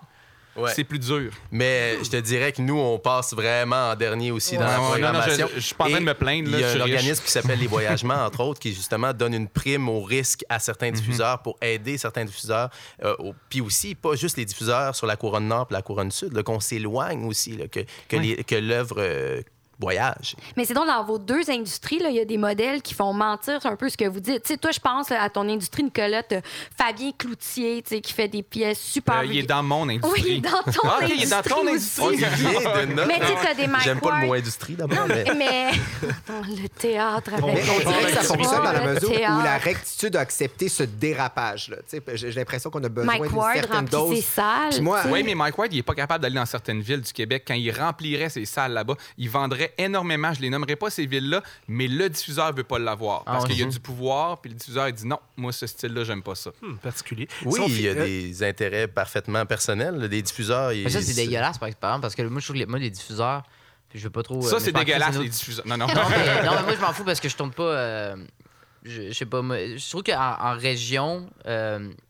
c'est plus dur. Mais je te dirais que nous, on passe vraiment en dernier aussi dans la programmation. Je suis pas en train de me plaindre. Il y a un organisme qui s'appelle Les Voyagements, entre autres, qui justement donne une prime au risque à certains diffuseurs pour aider certains diffuseurs. Puis aussi, pas juste les diffuseurs sur la couronne nord et la couronne sud, là, qu'on s'éloigne aussi, là, que l'œuvre... voyage. Mais c'est donc dans vos deux industries, il y a des modèles qui font mentir un peu ce que vous dites. Tu sais, toi, je pense à ton industrie, Nicolas, Fabien Cloutier, qui fait des pièces super... il est dans mon industrie. Oui, il est dans ton industrie. Il est dans ton industrie. Mais tu sais, t'as des Mike J'aime pas le mot Ward. industrie d'abord. Mais le théâtre avec... Mais on dirait que ça fonctionne dans la mesure où théâtre. la rectitude a accepté ce dérapage-là. J'ai l'impression qu'on a besoin Mike d'une Ward certaine remplit dose. ses salles. Puis moi, Oui, mais Mike Ward, il est pas capable d'aller dans certaines villes du Québec. Quand il remplirait ses salles là-bas, il vendrait énormément. Je les nommerai pas ces villes-là, mais le diffuseur veut pas l'avoir. Parce qu'il y a du pouvoir, puis le diffuseur, il dit non, moi, ce style-là, j'aime pas ça. Particulier. Oui, il y a des intérêts parfaitement personnels, là, des diffuseurs. Mais ça, c'est dégueulasse, par exemple, parce que moi, je trouve que les diffuseurs, puis je veux pas trop... Ça, mais c'est je pense que dégueulasse, c'est les diffuseurs. Non. Non, mais moi, je m'en fous parce que je tourne pas... je sais pas, moi, je trouve qu'en région...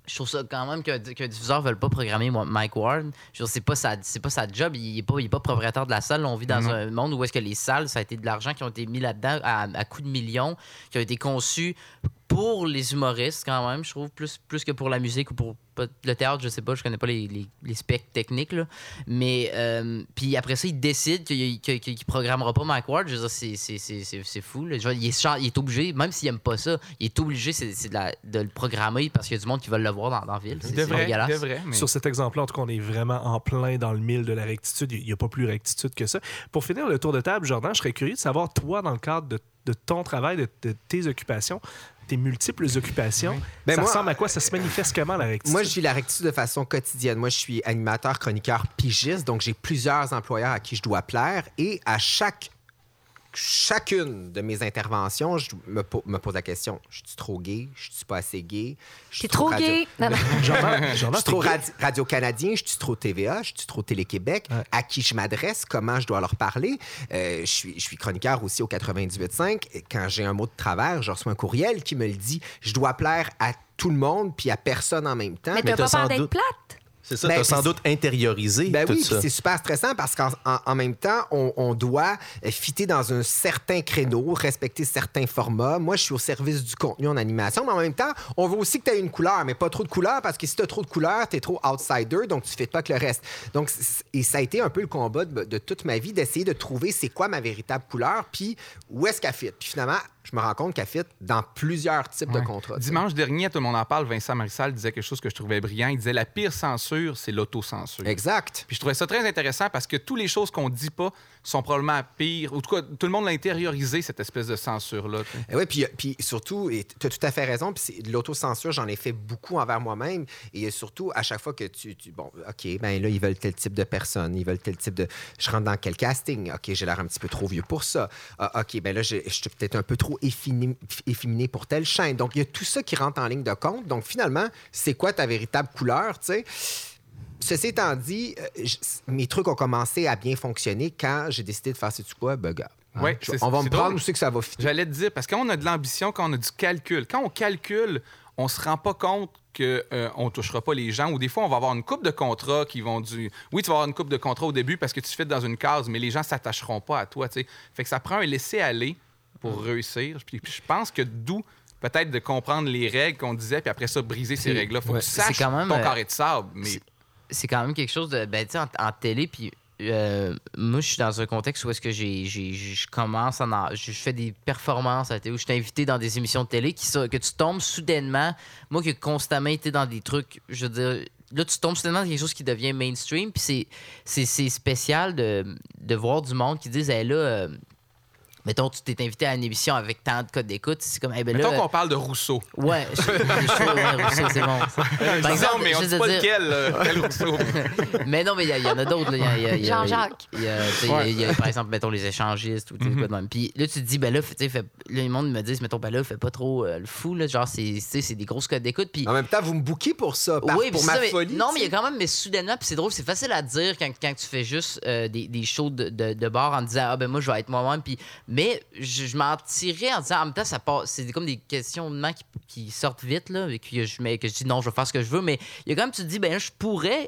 je trouve ça quand même qu'un diffuseur ne veut pas programmer Mike Ward. Je veux dire, c'est pas sa job. Il est pas propriétaire de la salle. On vit dans un monde où est-ce que les salles, ça a été de l'argent qui ont été mis là-dedans à coups de millions, qui ont été conçus pour les humoristes quand même, je trouve, plus que pour la musique ou pour le théâtre, je sais pas, je connais pas les specs techniques, là. Mais puis après ça, il décide qu'il programmera pas Mike Ward. Je veux dire, c'est fou. Là. Il est obligé, même s'il aime pas ça, il est obligé de le programmer parce qu'il y a du monde qui veut le voir dans la ville. C'est dégueulasse. Mais... Sur cet exemple-là, en tout cas, on est vraiment en plein dans le mille de la rectitude. Il n'y a pas plus rectitude que ça. Pour finir le tour de table, Jordan, je serais curieux de savoir, toi, dans le cadre de ton travail, de tes occupations, tes multiples occupations, ça ressemble à quoi? Ça se manifeste comment, la rectitude? Moi, je vis la rectitude de façon quotidienne. Moi, je suis animateur, chroniqueur, pigiste, donc j'ai plusieurs employeurs à qui je dois plaire et à chacune de mes interventions, je me pose la question, je suis trop gay? Je suis pas assez gay? T'es trop gay? Je suis trop Radio-Canadien? Je suis trop TVA? Je suis trop Télé-Québec? Ouais. À qui je m'adresse? Comment je dois leur parler? Je suis chroniqueur aussi au 98.5. Quand j'ai un mot de travers, je reçois un courriel qui me le dit. Je dois plaire à tout le monde puis à personne en même temps. Mais t'as pas peur d'être plate? C'est ça, t'as sans doute intériorisé tout ça. C'est super stressant parce qu'en même temps, on doit fitter dans un certain créneau, respecter certains formats. Moi, je suis au service du contenu en animation, mais en même temps, on veut aussi que tu aies une couleur, mais pas trop de couleur parce que si tu as trop de couleur, tu es trop outsider, donc tu ne fites pas que le reste. Donc, et ça a été un peu le combat de toute ma vie d'essayer de trouver c'est quoi ma véritable couleur, puis où est-ce qu'elle fit. Puis finalement, je me rends compte qu'elle fit dans plusieurs types de contrats. Dimanche dernier, à Tout le monde en parle, Vincent Marissal disait quelque chose que je trouvais brillant. Il disait la pire censure, c'est l'autocensure. Exact. Puis je trouvais ça très intéressant parce que toutes les choses qu'on dit pas sont probablement pires. En tout cas, tout le monde l'a intériorisé, cette espèce de censure-là. Oui, puis surtout, tu as tout à fait raison, puis l'autocensure, j'en ai fait beaucoup envers moi-même. Et surtout, à chaque fois que bon, OK, ben là, ils veulent tel type de personne, ils veulent tel type de... Je rentre dans quel casting? OK, j'ai l'air un petit peu trop vieux pour ça. OK, ben là, je suis peut-être un peu trop efféminé pour telle chaîne. Donc, il y a tout ça qui rentre en ligne de compte. Donc, finalement, c'est quoi ta véritable couleur, tu sais? Ceci étant dit, mes trucs ont commencé à bien fonctionner quand j'ai décidé de faire c'est quoi, ben gars. Ouais, on va me prendre où c'est que ça va fitter. J'allais te dire, parce qu'on a de l'ambition, quand on a du calcul. Quand on calcule, on se rend pas compte qu'on ne touchera pas les gens. Ou des fois, on va avoir une couple de contrats qui vont du... Oui, tu vas avoir une couple de contrats au début parce que tu fites dans une case, mais les gens ne s'attacheront pas à toi, tu sais. Fait que ça prend un laisser-aller pour réussir. Puis je pense que d'où peut-être de comprendre les règles qu'on disait, puis après ça, briser ces règles-là. Faut que tu saches ton carré de sable. Mais... C'est quand même quelque chose de... Ben, tu sais, en télé, puis moi, je suis dans un contexte où est-ce que je commence je fais des performances à la télé, où je suis invité dans des émissions de télé que tu tombes soudainement. Moi qui ai constamment été dans des trucs, je veux dire... Là, tu tombes soudainement dans quelque chose qui devient mainstream, puis c'est spécial de voir du monde qui disent hey, là... mettons, tu t'es invité à une émission avec tant de codes d'écoute. C'est comme, hey, ben mettons là, qu'on parle de Rousseau. Ouais, je trouve Rousseau, c'est bon. Par exemple, mais on ne sait pas quel Rousseau. Mais non, mais il y en a d'autres. Jean-Jacques. Il y a, par exemple, mettons, les échangistes ou quoi de même. Puis là, tu te dis, ben là, le monde me dit, mettons, ben là, fais pas trop le fou. Là, genre, c'est des grosses codes d'écoute. Puis... En même temps, vous me bookez pour ça, pour ma folie. Non, mais il y a quand même, mais soudainement, puis c'est drôle, c'est facile à dire quand tu fais juste des shows de bar en disant, ah ben moi, je vais être moi-même. Puis, mais je m'en tirais en disant, en même temps, c'est comme des questionnements qui sortent vite, là, et que je dis non, je vais faire ce que je veux, mais il y a quand même, tu te dis, ben je pourrais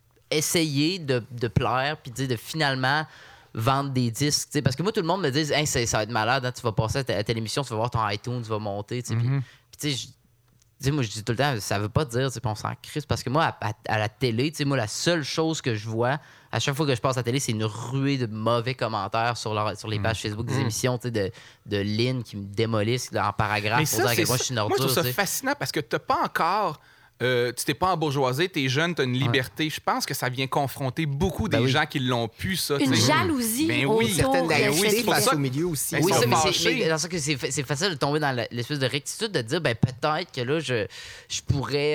essayer de plaire, puis de finalement vendre des disques, t'sais, parce que moi, tout le monde me dit, hey, ça va être malade, hein, tu vas passer à telle émission, tu vas voir ton iTunes, tu vas monter, puis tu sais, moi, je dis tout le temps, ça veut pas dire, on s'en crisse, parce que moi, à la télé, moi, la seule chose que je vois, à chaque fois que je passe à la télé, c'est une ruée de mauvais commentaires sur les pages Facebook des émissions, de lignes qui me démolissent en paragraphe pour dire à quel point je suis une ordure. Moi, je trouve ça fascinant parce que t'as pas encore... tu t'es pas embourgeoisé, t'es jeune, t'as une liberté. Je pense que ça vient confronter beaucoup des gens qui l'ont pu, ça. Une jalousie. Ben oui, certaines naïvetés face au milieu aussi. Oui, ça, mais dans ça que c'est facile de tomber dans l'espèce de rectitude de dire, ben peut-être que là, je pourrais...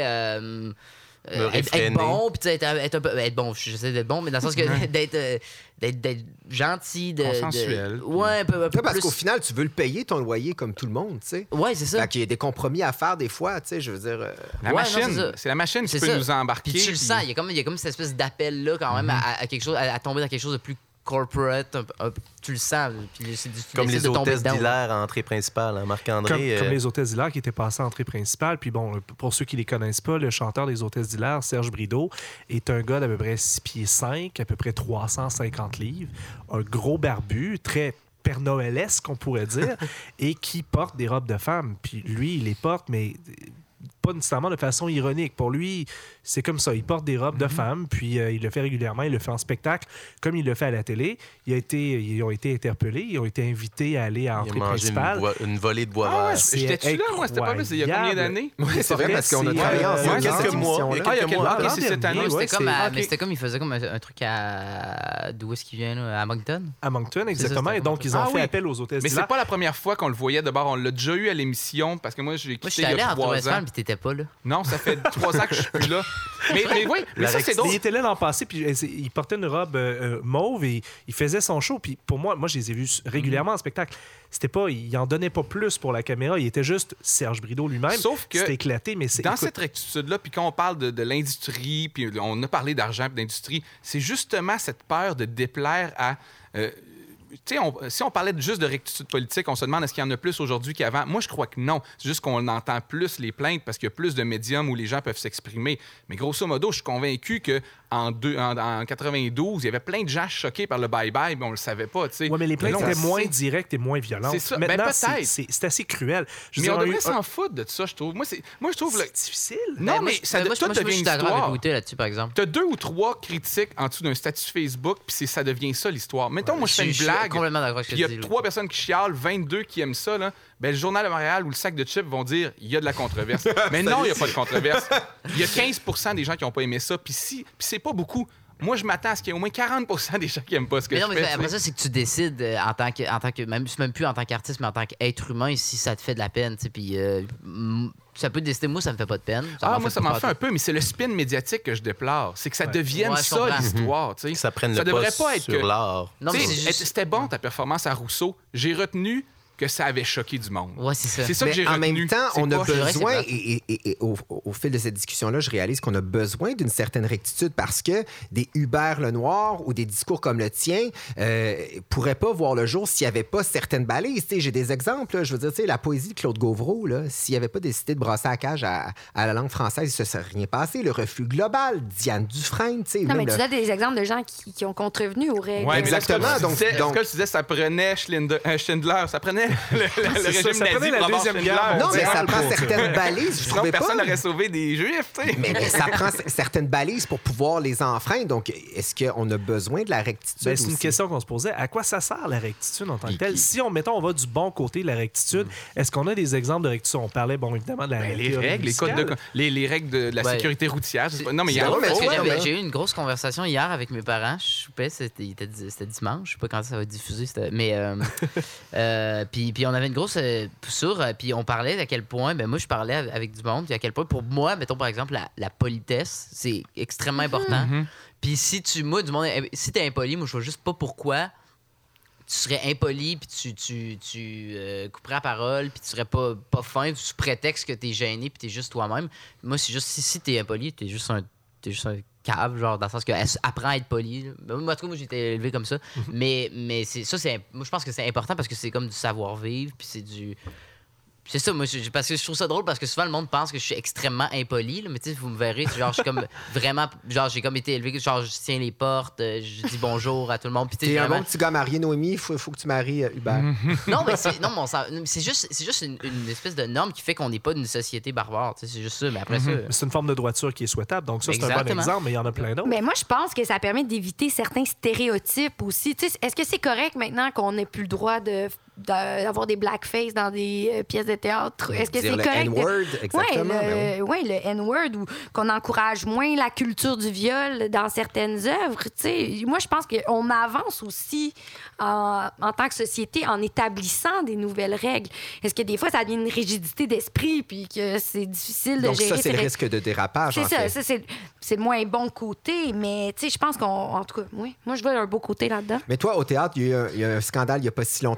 être bon, puis être bon, j'essaie d'être bon, mais dans le sens que d'être gentil, consensuel. Ouais, un peu parce plus... qu'au final, tu veux le payer, ton loyer, comme tout le monde, tu sais. Ouais, c'est ça. Fait qu'il y a des compromis à faire des fois, tu sais, je veux dire... La machine, c'est la machine qui peut nous embarquer. Puis tu le sens, il y a comme cette espèce d'appel-là quand même à quelque chose, à tomber dans quelque chose de plus corporate, tu le sens. Puis Comme les de tomber hôtesses dedans. d'hilaire à entrée principale, hein, Marc-André. Comme les hôtesses d'hilaire qui étaient passées à entrée principale. Puis bon, pour ceux qui ne les connaissent pas, le chanteur des hôtesses d'hilaire, Serge Brideau, est un gars d'à peu près 6 pieds 5, à peu près 350 livres, un gros barbu, très Père Noëlesque, on pourrait dire, et qui porte des robes de femme. Puis lui, il les porte, mais pas nécessairement de façon ironique. Pour lui, c'est comme ça. Il porte des robes de femme, puis il le fait régulièrement. Il le fait en spectacle, comme il le fait à la télé. Ils ont été interpellés. Ils ont été invités à aller à l'entrée principale. Une volée de bois Ah ouais, vert. j'étais-tu là, moi? C'était pas plus il y a combien d'années? Oui, c'est vrai, parce qu'on a C'est, travaillé ensemble. il y a dans quelques cette mois. émission-là. Il y a quelques mois. Ok, c'est cette année. Ouais, C'était comme, c'est- mais c'était comme, il faisait comme un truc à... D'où est-ce qu'il vient, là? À Moncton? À Moncton, exactement. c'était Et donc, ils ont Ah fait oui. appel aux hôtesses Mais c'est d'hilaire. pas la première fois qu'on le voyait. D'abord, on l'a déjà eu à l'émission parce que moi, j'ai Moi, je quitté suis il y allé a à 3 ans. Westphal, puis t'étais pas là. Non, ça fait 3 ans que je suis plus là. Mais oui, mais ça, c'est Il drôle. était là l'an passé, puis il portait une robe mauve et il faisait son show. Puis pour moi, je les ai vus régulièrement en spectacle. C'était pas, il en donnait pas plus pour la caméra. Il était juste Serge Brideau lui-même. Sauf que c'était éclaté, mais c'est Dans écoute, cette rectitude-là, puis quand on parle de l'industrie, puis on a parlé d'argent et d'industrie, c'est justement cette peur de déplaire à... tu sais, si on parlait juste de rectitude politique, on se demande est-ce qu'il y en a plus aujourd'hui qu'avant. Moi, je crois que non. C'est juste qu'on entend plus les plaintes parce qu'il y a plus de médiums où les gens peuvent s'exprimer. Mais grosso modo, je suis convaincu qu'en 92, il y avait plein de gens choqués par le bye-bye, mais on le savait pas. Tu sais. ouais, mais les plaintes là, on étaient le moins sait. directes et moins violentes. C'est ça. Ben, Maintenant, peut-être. c'est assez cruel. Je veux Mais on dire, devrait s'en foutre de ça, je trouve. Moi, je trouve... c'est difficile. Non, Ben, mais ça moi, tout je devient suis une d'accord avec histoire. Gauthier là-dessus, par exemple. T'as 2 ou 3 critiques en dessous d'un statut Facebook, puis ça devient ça, l'histoire. Mettons, moi, je fais Je une suis blague, complètement d'accord avec ce puis il y que tu a dis. 3 personnes qui chialent, 22 qui aiment ça, là. Ben, le Journal de Montréal ou le Sac de chips vont dire il y a de la controverse. Mais non, il n'y a pas de controverse. Il y a 15 des gens qui n'ont pas aimé ça, puis c'est pas beaucoup. Moi, je m'attends à ce qu'il y ait au moins 40 des gens qui n'aiment pas ce que Mais je non, mais fais. après tu sais. ça, c'est que tu décides en tant que même plus en tant qu'artiste, mais en tant qu'être humain, si ça te fait de la peine, tu sais, puis ça peut décider. Moi, ça me fait pas de peine. Moi, ça m'en fait un peu, mais c'est le spin médiatique que je déplore. C'est que ça devienne Ouais, je ça, comprends. l'histoire. tu sais. Que ça prenne Ça le devrait pas pas être sur que- l'art. Non, mais Tu sais, c'est juste... C'était bon ta performance à Rousseau. J'ai retenu que ça avait choqué du monde. Ouais, c'est ça. C'est ça que Mais j'ai en retenu. même temps, C'est on a pas- C'est vrai, besoin, c'est et au fil de cette discussion-là, je réalise qu'on a besoin d'une certaine rectitude parce que des Hubert Lenoir ou des discours comme le tien pourraient pas voir le jour s'il n'y avait pas certaines balises. Tu sais, j'ai des exemples. Là, je veux dire, tu sais, la poésie de Claude Gauvreau, là, s'il n'y avait pas décidé de brasser la cage à la langue française, il ne se serait rien passé. Le refus global, Diane Dufresne, tu sais. Non, même mais tu le- donnes des exemples de gens qui ont contrevenu aux règles. Ouais, Exactement, Mais là, donc- ce que tu disais, ça prenait Schindler, ça prenait le régime ça nazi prenait la pour avoir Deuxième Schindler. Guerre Non, mais ça mondiale prend pour- certaines balises. Je Sinon, trouvais personne pas. n'aurait sauvé des Juifs, tu sais. Mais ça prend certaines balises pour pouvoir les enfreindre. Donc, est-ce qu'on a besoin de la rectitude Ben, c'est une aussi? question qu'on se posait. À quoi ça sert la rectitude en tant que telle? Si on va du bon côté de la rectitude, est-ce qu'on a des exemples de rectitude? On parlait, bon, évidemment, de la Ben, les théorie règles, les codes musicale. les règles de la Ouais. sécurité routière. je sais pas. Non, mais il y C'est a drôle parce que ouais, ouais. j'ai eu une grosse conversation hier avec mes parents. Je soupais, c'était dimanche. Je sais pas quand ça va être diffusé. Mais puis on avait une grosse puis on parlait d'à quel point, ben moi je parlais avec du monde, puis à quel point pour moi, mettons par exemple la politesse, c'est extrêmement important. Puis si tu si t'es impoli, moi je vois juste pas pourquoi tu serais impoli, puis tu couperais la parole, puis tu serais pas fin sous prétexte que t'es gêné, puis t'es juste toi-même. Moi, c'est juste si t'es impoli, t'es juste un cave, genre, dans le sens que apprends à être poli. Là. Moi, en tout cas, moi, j'ai été élevé comme ça. Mais moi, je pense que c'est important parce que c'est comme du savoir-vivre, puis c'est du... C'est ça, moi, parce que je trouve ça drôle parce que souvent le monde pense que je suis extrêmement impoli, là, mais tu sais, vous me verrez, genre, je suis comme vraiment, genre, j'ai comme été élevé, genre, je tiens les portes, je dis bonjour à tout le monde, puis tu sais, T'es un vraiment- bon petit gars marié, Noémie, il faut que tu maries Hubert. Non, mais c'est juste une espèce de norme qui fait qu'on n'est pas d'une société barbare, tu sais, c'est juste ça, mais après ça... C'est une forme de droiture qui est souhaitable. Donc, ça, c'est un bon Exactement. exemple, mais il y en a plein d'autres. Mais moi, je pense que ça permet d'éviter certains stéréotypes aussi. Tu sais, est-ce que c'est correct maintenant qu'on n'ait plus le droit d'avoir des blackface dans des pièces de théâtre? Est-ce que Dire c'est le correct? N-word, exactement, ben Oui, le N-word, ou qu'on encourage moins la culture du viol dans certaines œuvres. Tu sais, moi, je pense qu'on avance aussi en tant que société en établissant des nouvelles règles. Est-ce que des fois, ça devient une rigidité d'esprit puis que c'est difficile de Donc, gérer ça, c'est ces le règles? risque de dérapage, C'est en ça, fait. c'est le moins bon côté, mais tu sais, je pense en tout cas, oui, moi, je vois un beau côté là-dedans. Mais toi, au théâtre, il y a eu un scandale il n'y a pas si longtemps autour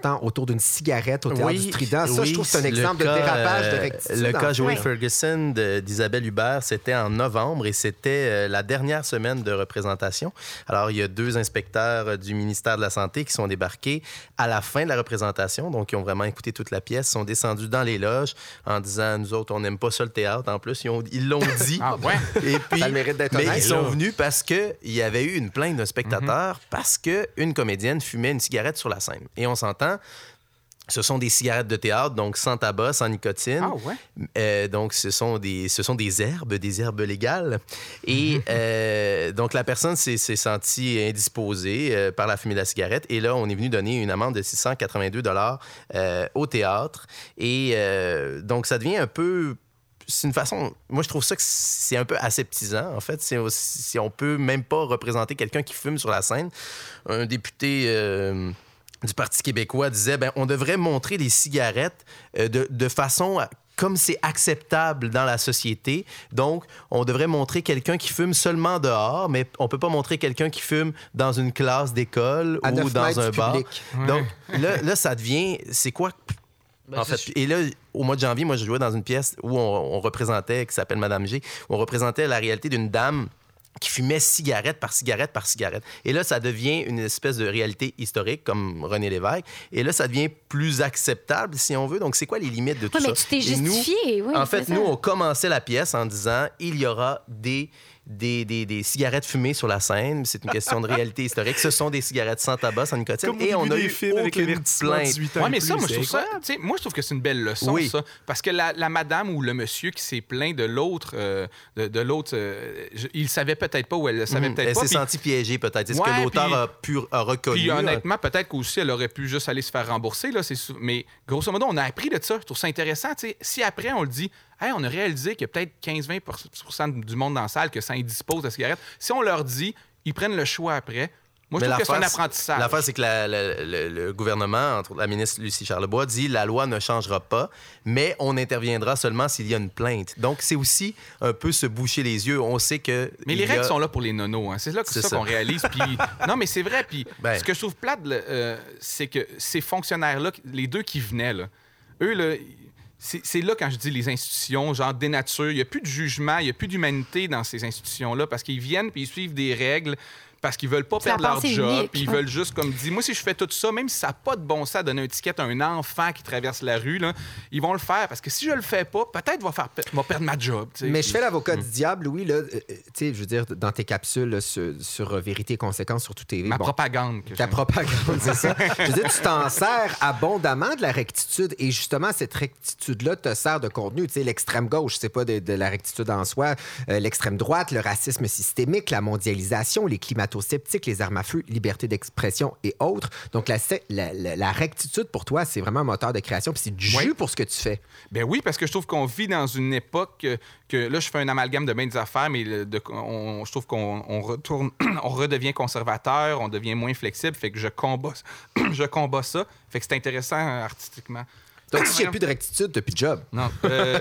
d'une cigarette au théâtre Oui, du Trident. Ça, je trouve que c'est un le exemple cas, de dérapage de rectitude. Le cas en Joey fait. Ferguson d'Isabelle Hubert, c'était en novembre et c'était la dernière semaine de représentation. Alors, il y a 2 inspecteurs du ministère de la Santé qui sont débarqués à la fin de la représentation, donc ils ont vraiment écouté toute la pièce, sont descendus dans les loges en disant « Nous autres, on n'aime pas ça le théâtre. » En plus, ils l'ont dit. Ah ouais? Et puis, Ça a le mérite d'être mais honnête, ils sont là. venus parce qu'il y avait eu une plainte d'un spectateur parce qu'une comédienne fumait une cigarette sur la scène. Et on s'entend, ce sont des cigarettes de théâtre, donc sans tabac, sans nicotine. Ah ouais? Donc, ce sont des herbes légales. Et donc, la personne s'est sentie indisposée par la fumée de la cigarette. Et là, on est venu donner une amende de 682 $ au théâtre. Et donc, ça devient un peu... C'est une façon... Moi, je trouve ça que c'est un peu aseptisant, en fait. Si on peut même pas représenter quelqu'un qui fume sur la scène. Un député... du Parti québécois disait on devrait montrer les cigarettes de façon comme c'est acceptable dans la société. Donc, on devrait montrer quelqu'un qui fume seulement dehors, mais on peut pas montrer quelqu'un qui fume dans une classe d'école À ou 9 dans mètres un du bar. public. Donc, là, ça devient... C'est quoi... Ben, En fait, et là, au mois de janvier, moi, je jouais dans une pièce où on représentait, qui s'appelle Madame G, où on représentait la réalité d'une dame qui fumait cigarette par cigarette par cigarette. Et là, ça devient une espèce de réalité historique, comme René Lévesque. Et là, ça devient plus acceptable, si on veut. Donc, c'est quoi les limites de tout Oui, ça? mais tu t'es Et nous, justifié. Oui, en c'est fait, ça. nous, on commençait la pièce en disant il y aura des cigarettes fumées sur la scène. C'est une question de réalité historique. Ce sont des cigarettes sans tabac, sans nicotine. Comme Et on a eu avec aucune l'avertissement plainte. 18 ans Ouais, et mais plus, ça, moi, je c'est trouve ça. incroyable. Tu sais, moi, je trouve que c'est une belle leçon, Oui. ça. Parce que la madame ou le monsieur qui s'est plaint de l'autre, il savait peut-être pas ou elle le savait peut-être Elle pas. s'est puis- sentie piégée, peut-être. Est-ce Ouais, que l'auteur puis- a reconnu? Puis honnêtement, peut-être qu'aussi, elle aurait pu juste aller se faire rembourser. Là, mais grosso modo, on a appris de ça. Je trouve ça intéressant. Tu sais, si après, on le dit, hey, on a réalisé qu'il y a peut-être 15-20% du monde dans la salle que ça indispose de cigarettes. Si on leur dit, ils prennent le choix après. Moi, je Mais trouve que c'est un l'affaire, apprentissage. L'affaire, c'est que le gouvernement, entre autres la ministre Lucie Charlebois, dit la loi ne changera pas, mais on interviendra seulement s'il y a une plainte. Donc, c'est aussi un peu se boucher les yeux. On sait que... Mais les règles sont là pour les nonos. Hein. C'est là C'est ça ça. qu'on réalise. Puis, non, mais c'est vrai. Puis, Ben. ce que je trouve plate, c'est que ces fonctionnaires-là, les deux qui venaient, là, eux, là, c'est là quand je dis les institutions, genre dénature. Il n'y a plus de jugement, il n'y a plus d'humanité dans ces institutions-là parce qu'ils viennent puis ils suivent des règles parce qu'ils veulent pas C'est la perdre leur pensée job. unique, Puis ils ouais. veulent juste, comme dit, moi, si je fais tout ça, même si ça n'a pas de bon sens à donner un ticket à un enfant qui traverse la rue, là, ils vont le faire parce que si je le fais pas, peut-être va perdre ma job. Tu sais. Mais je fais l'avocat du diable, Louis. Là, tu sais, je veux dire, dans tes capsules là, sur Vérité et Conséquences sur Tout TV. Ma bon, propagande. Que ta je- propagande, c'est ça. Je veux dire, tu t'en sers abondamment de la rectitude et justement, cette rectitude-là te sert de contenu. Tu sais, l'extrême gauche, c'est pas de la rectitude en soi. L'extrême droite, le racisme systémique, la mondialisation, les climato-sceptiques, les armes à feu, liberté d'expression et autres. Donc, la rectitude, pour toi, c'est vraiment un moteur de création puis c'est du jus Oui. pour ce que tu fais. Ben oui, parce que je trouve qu'on vit dans une époque que là, je fais un amalgame de bien des affaires, mais je trouve qu'on retourne, on redevient conservateur, on devient moins flexible, fait que je combats ça. Fait que c'est intéressant artistiquement. Donc, si j'ai plus de rectitude, t'as plus de job. Non.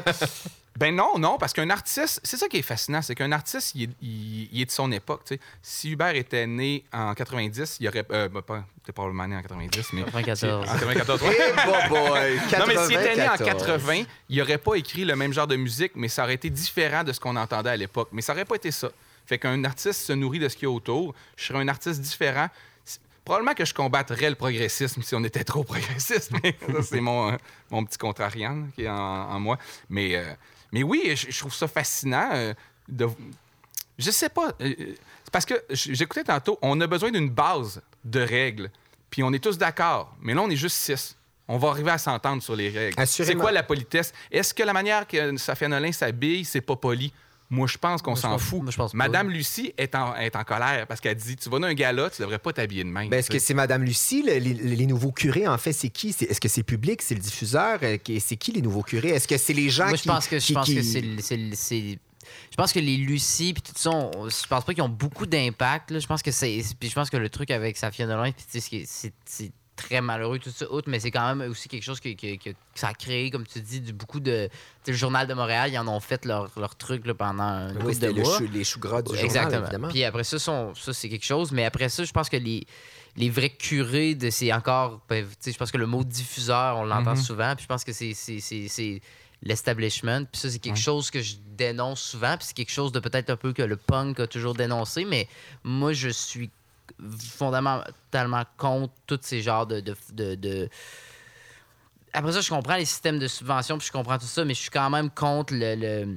Ben non, parce qu'un artiste, c'est ça qui est fascinant, c'est qu'un artiste, il est de son époque. Tu sais. Si Hubert était né en 90, il aurait. T'es probablement né en 90, mais. 94. En 94, ouais. Eh, boy! Non, mais s'il était né en 94. 80, il n'aurait pas écrit le même genre de musique, mais ça aurait été différent de ce qu'on entendait à l'époque. Mais ça n'aurait pas été ça. Fait qu'un artiste se nourrit de ce qu'il y a autour. Je serais un artiste différent. Probablement que je combattrais le progressisme si on était trop progressiste, mais ça, c'est mon petit contrarian qui est en moi. Mais oui, je trouve ça fascinant. Je sais pas. C'est parce que j'écoutais tantôt, on a besoin d'une base de règles. Puis on est tous d'accord. Mais là, on est juste 6. On va arriver à s'entendre sur les règles. Assurément. C'est quoi la politesse? Est-ce que la manière que Safia Nolin s'habille, c'est pas poli? Moi, je pense qu'on s'en fout. moi, je pense pas. Madame Lucie est en colère parce qu'elle dit tu vas dans un gala, tu devrais pas t'habiller de même. Ben, est-ce que c'est Madame Lucie, les nouveaux curés, en fait, c'est qui? Est-ce que c'est le public, c'est le diffuseur? C'est qui les nouveaux curés? Est-ce que c'est les gens Moi, qui... je pense que qui- je pense que les Lucie puis tout ça, je pense pas qu'ils ont beaucoup d'impact. Là. Je pense que le truc avec Safia Nolin, puis tu sais, très malheureux, tout ça, mais c'est quand même aussi quelque chose que ça a créé, comme tu dis, beaucoup de... Le Journal de Montréal, ils en ont fait leur truc là, pendant une couple de mois. Les choux gras du journal, exactement. évidemment. Puis après ça, c'est quelque chose. Mais après ça, je pense que les vrais curés, c'est encore... je pense que le mot diffuseur, on l'entend souvent. Puis je pense que c'est l'establishment. Puis ça, c'est quelque chose que je dénonce souvent. Puis c'est quelque chose de peut-être un peu que le punk a toujours dénoncé. Mais moi, je suis fondamentalement contre tous ces genres de... Après ça, je comprends les systèmes de subvention, puis je comprends tout ça, mais je suis quand même contre je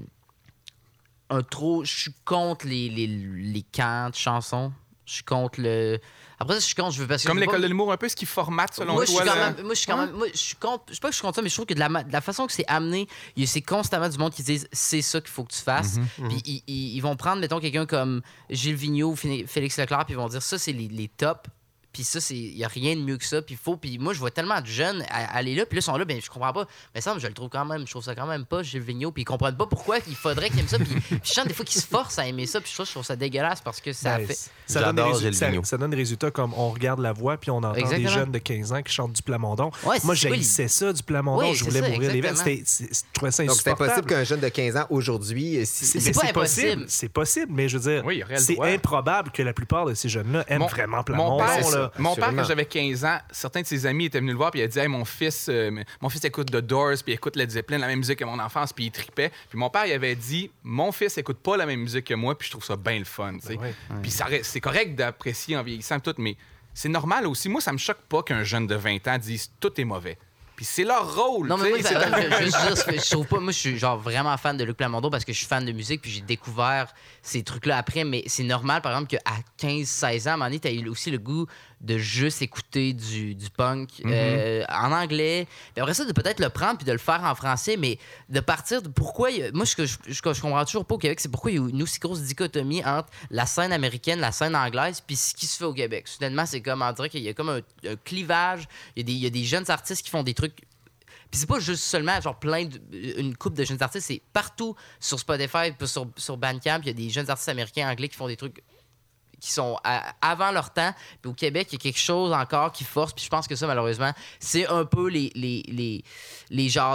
suis contre les camps de chansons. Je suis contre le... Après ça, je suis contre... Comme l'école de l'humour, un peu ce qui formate selon toi. Moi, je suis contre... Je sais pas que je suis contre ça, mais je trouve que de la façon que c'est amené, c'est constamment du monde qui disent c'est ça qu'il faut que tu fasses. Puis ils vont prendre, mettons, quelqu'un comme Gilles Vigneault ou Félix Leclerc, puis ils vont dire ça, c'est les tops. Puis ça, il n'y a rien de mieux que ça. Puis moi, je vois tellement de jeunes aller là. Puis là, ils sont là, ben je comprends pas. Mais ça, je le trouve quand même. Je trouve ça quand même pas, Gilles Vigneault. Puis ils comprennent pas pourquoi il faudrait qu'ils aiment ça. Puis je sens des fois qu'ils se forcent à aimer ça. Puis je trouve ça dégueulasse parce que ça fait... J'adore Gilles Vigneault. Ça donne des résultats comme on regarde la voix, puis on entend des jeunes de 15 ans qui chantent du Plamondon. Moi, j'haïssais ça, du Plamondon. Je voulais mourir les veines. Je trouvais ça insupportable. Donc, c'est impossible qu'un jeune de 15 ans, aujourd'hui... C'est pas impossible. C'est possible, mais je veux dire, c'est improbable que la plupart de ces jeunes-là aiment vraiment Plamondon. Mon père, quand j'avais 15 ans, certains de ses amis étaient venus le voir, puis il a dit hey, mon fils écoute The Doors, puis il écoute Led Zeppelin, la même musique que mon enfance, puis il tripait. Puis mon père, il avait dit mon fils écoute pas la même musique que moi, puis je trouve ça bien le fun. Puis c'est correct d'apprécier en vieillissant tout, mais c'est normal aussi. Moi, ça me choque pas qu'un jeune de 20 ans dise tout est mauvais. Puis c'est leur rôle. Non, mais moi, je trouve pas. Moi, je suis genre vraiment fan de Luc Plamondon parce que je suis fan de musique, puis j'ai découvert ces trucs-là après. Mais c'est normal, par exemple, qu'à 15-16 ans, à un moment donné, t'as eu aussi le goût de juste écouter du punk en anglais. Puis après ça, de peut-être le prendre puis de le faire en français, mais de partir de pourquoi... Moi, ce que je comprends toujours pas au Québec, c'est pourquoi il y a une aussi grosse dichotomie entre la scène américaine, la scène anglaise, puis ce qui se fait au Québec. Soudainement, c'est comme, on dirait qu'il y a comme un clivage. Il y a des jeunes artistes qui font des trucs. Puis c'est pas juste seulement genre une couple de jeunes artistes, c'est partout sur Spotify, sur Bandcamp, il y a des jeunes artistes américains, anglais qui font des trucs qui sont avant leur temps. Puis au Québec, il y a quelque chose encore qui force. Puis je pense que ça, malheureusement, c'est un peu les genres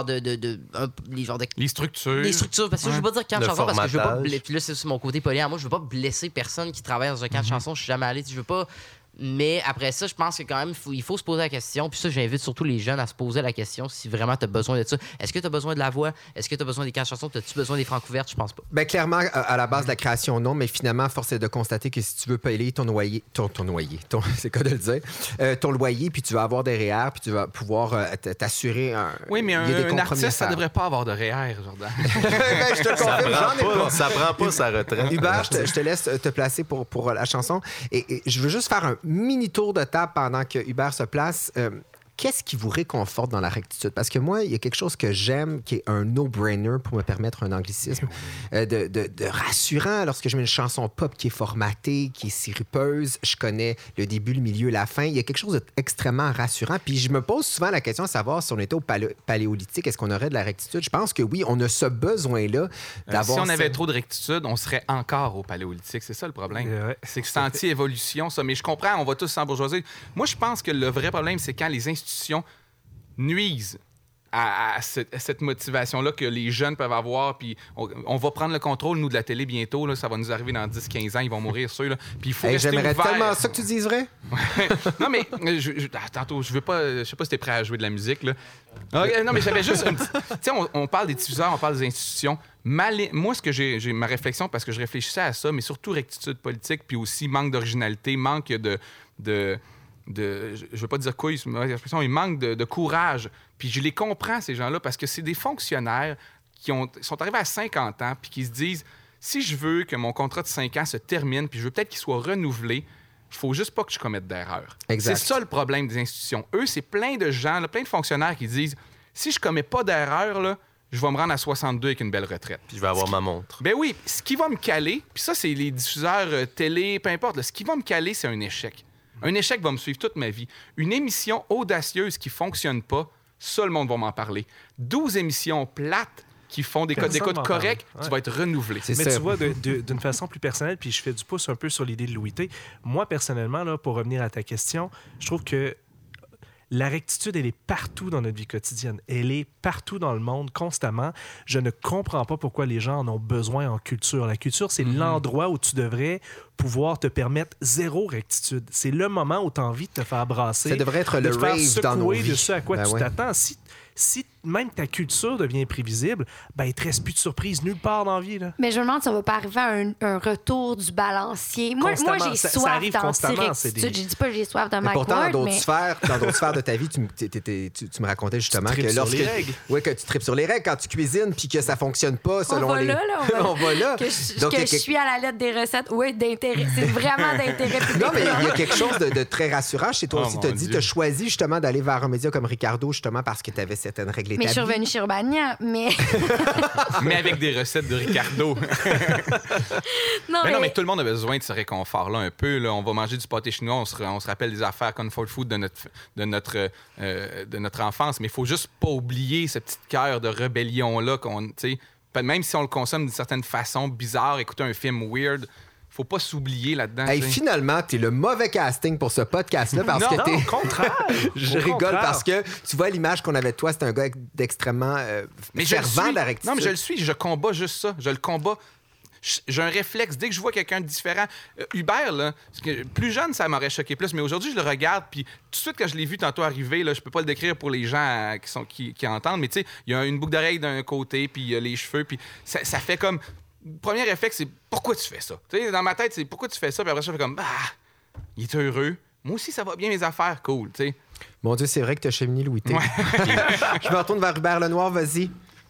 les structures. Les structures. Parce que je veux pas dire camp de chanson parce que je veux pas... Puis là, c'est mon côté polien. Moi, je veux pas blesser personne qui travaille dans un camp de chanson. Je suis jamais allé. Je veux pas... Mais après ça, je pense que quand même, il faut se poser la question. Puis ça, j'invite surtout les jeunes à se poser la question si vraiment tu as besoin de ça. Est-ce que tu as besoin de la voix? Est-ce que tu as besoin des camps de chansons? As-tu besoin des francs couvertes? Je pense pas. Bien, clairement, à la base de la création, non. Mais finalement, force est de constater que si tu veux payer ton loyer, c'est quoi de le dire, ton loyer, puis tu vas avoir des REER, puis tu vas pouvoir t'assurer un... Oui, mais un artiste, ça devrait pas avoir de REER, Jordan. Je te confirme, ça prend pas sa retraite. Hubert, je te laisse te placer pour la chanson. Et je veux juste faire un mini tour de table pendant que Hubert se place. Qu'est-ce qui vous réconforte dans la rectitude? Parce que moi, il y a quelque chose que j'aime qui est un no-brainer, pour me permettre un anglicisme, de rassurant lorsque je mets une chanson pop qui est formatée, qui est sirupeuse. Je connais le début, le milieu, la fin. Il y a quelque chose d'extrêmement rassurant. Puis je me pose souvent la question de savoir si on était au paléolithique, est-ce qu'on aurait de la rectitude? Je pense que oui, on a ce besoin-là d'avoir... Si on avait trop de rectitude, on serait encore au paléolithique. C'est ça le problème. C'est que c'est anti-évolution, ça. Mais je comprends, on va tous s'embourgeoiser. Moi, je pense que le vrai problème, c'est quand les institutions nuisent à cette motivation-là que les jeunes peuvent avoir. Puis on va prendre le contrôle, nous, de la télé bientôt. Là, ça va nous arriver dans 10-15 ans. Ils vont mourir, ceux. Là. Puis il faut rester j'aimerais ouvert. tellement ça que tu dises vrai. Non, mais tantôt, je sais pas si t'es prêt à jouer de la musique. Là. Non, mais j'avais juste un petit... Tu sais, on parle des diffuseurs, on parle des institutions. Moi, ce que j'ai ma réflexion, parce que je réfléchissais à ça, mais surtout rectitude politique, puis aussi manque d'originalité, manque de je veux pas dire couilles, c'est une mauvaise expression, il manque de courage. Puis je les comprends, ces gens-là, parce que c'est des fonctionnaires qui sont arrivés à 50 ans puis qui se disent, si je veux que mon contrat de 5 ans se termine puis je veux peut-être qu'il soit renouvelé, il faut juste pas que je commette d'erreur. C'est ça le problème des institutions. Eux, c'est plein de gens, là, plein de fonctionnaires qui disent, si je commets pas d'erreur, là, je vais me rendre à 62 avec une belle retraite. Puis je vais avoir ma montre. Ben oui, ce qui va me caler, puis ça, c'est les diffuseurs télé, peu importe, là, ce qui va me caler, c'est un échec. Un échec va me suivre toute ma vie. Une émission audacieuse qui fonctionne pas, ça, le monde va m'en parler. 12 émissions plates qui font des codes d'écoute corrects, tu vas être renouvelé. Mais tu vois, d'une façon plus personnelle, puis je fais du pouce un peu sur l'idée de Louis T. Moi, personnellement, là, pour revenir à ta question, je trouve que La rectitude, elle est partout dans notre vie quotidienne. Elle est partout dans le monde, constamment. Je ne comprends pas pourquoi les gens en ont besoin en culture. La culture, c'est l'endroit où tu devrais pouvoir te permettre zéro rectitude. C'est le moment où tu as envie de te faire brasser. Ça devrait être de le te faire rave dans nos secouer vies. de ce à quoi tu ouais. t'attends. Si même ta culture devient imprévisible, ben, il ne te reste plus de surprise nulle part dans la vie. Là. Mais je me demande si on va pas arriver à un retour du balancier. Moi Constamment. j'ai Ça soif arrive constamment, c'est d'anti-rectitude. des- Je dis pas que j'ai soif de Mais Mike pourtant, Ward, dans mais... d'autres sphères de ta vie, tu me racontais justement Tu que tripes sur lorsque... les règles. Oui, que tu tripes sur les règles quand tu cuisines puis que ça fonctionne pas selon on va les... là, on va là. Que je, Donc, que il y a je suis à la lettre des recettes. Oui, d'intérêt. C'est vraiment d'intérêt public. Non, mais il y a quelque chose de très rassurant chez toi Oh, aussi. mon Tu as dit, Dieu. tu as choisi justement d'aller vers un média comme Ricardo justement parce que tu avais certaines règles établies. Mais je suis revenue chez Urbania, mais... Mais avec des recettes de Ricardo. non, Mais non, mais tout le monde a besoin de ce réconfort-là un peu. Là. On va manger du pâté chinois, on se rappelle des affaires comfort food de notre enfance. Mais il faut juste pas oublier ce petit cœur de rébellion-là. Même si on le consomme d'une certaine façon bizarre, écouter un film weird, faut pas s'oublier là-dedans. Hey, tu sais. finalement, t'es le mauvais casting pour ce podcast-là parce Non, que Non, t'es... au contraire. Je Au rigole contraire. parce que tu vois l'image qu'on avait de toi, c'est un gars d'extrêmement Mais je le fervent suis. de la rectitude. Non, mais je le suis. Je combats juste ça. Je le combats. J'ai un réflexe. Dès que je vois quelqu'un de différent... Hubert, là, parce que plus jeune, ça m'aurait choqué plus. Mais aujourd'hui, je le regarde. Puis tout de suite, quand je l'ai vu tantôt arriver, là, je peux pas le décrire pour les gens qui entendent. Mais tu sais, il y a une boucle d'oreille d'un côté, puis il y a les cheveux. Puis ça fait comme... Premier réflexe, c'est pourquoi tu fais ça? Tu sais, dans ma tête, c'est pourquoi tu fais ça? Puis après ça, je fais comme, il est heureux. Moi aussi, ça va bien, mes affaires. Cool, tu sais. Mon Dieu, c'est vrai que t'as cheminé Louis T. Ouais. Je me retourne vers Hubert Lenoir, vas-y.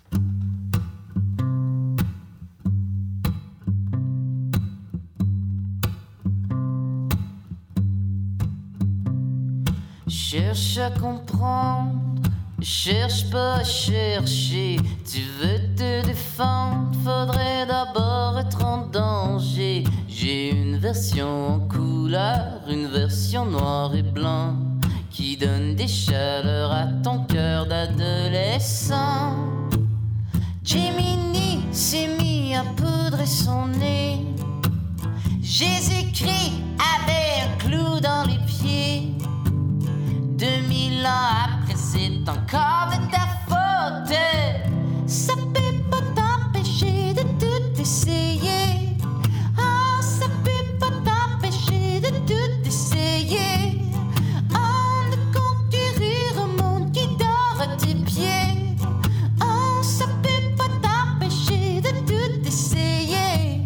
Cherche à comprendre, cherche pas à chercher. Tu veux te défendre, faudrait d'abord être en danger. J'ai une version en couleur, une version noir et blanc, qui donne des chaleurs à ton cœur d'adolescent. Jiminy s'est mis à poudrer son nez. Jésus-Christ avait un clou dans les pieds. 2000 ans après, c'est encore de ta faute. Ça peut pas t'empêcher de tout essayer. Ah, ça peut pas t'empêcher de tout essayer. Oh, de conquérir un monde qui dort à tes pieds. Oh, ça peut pas t'empêcher de tout essayer.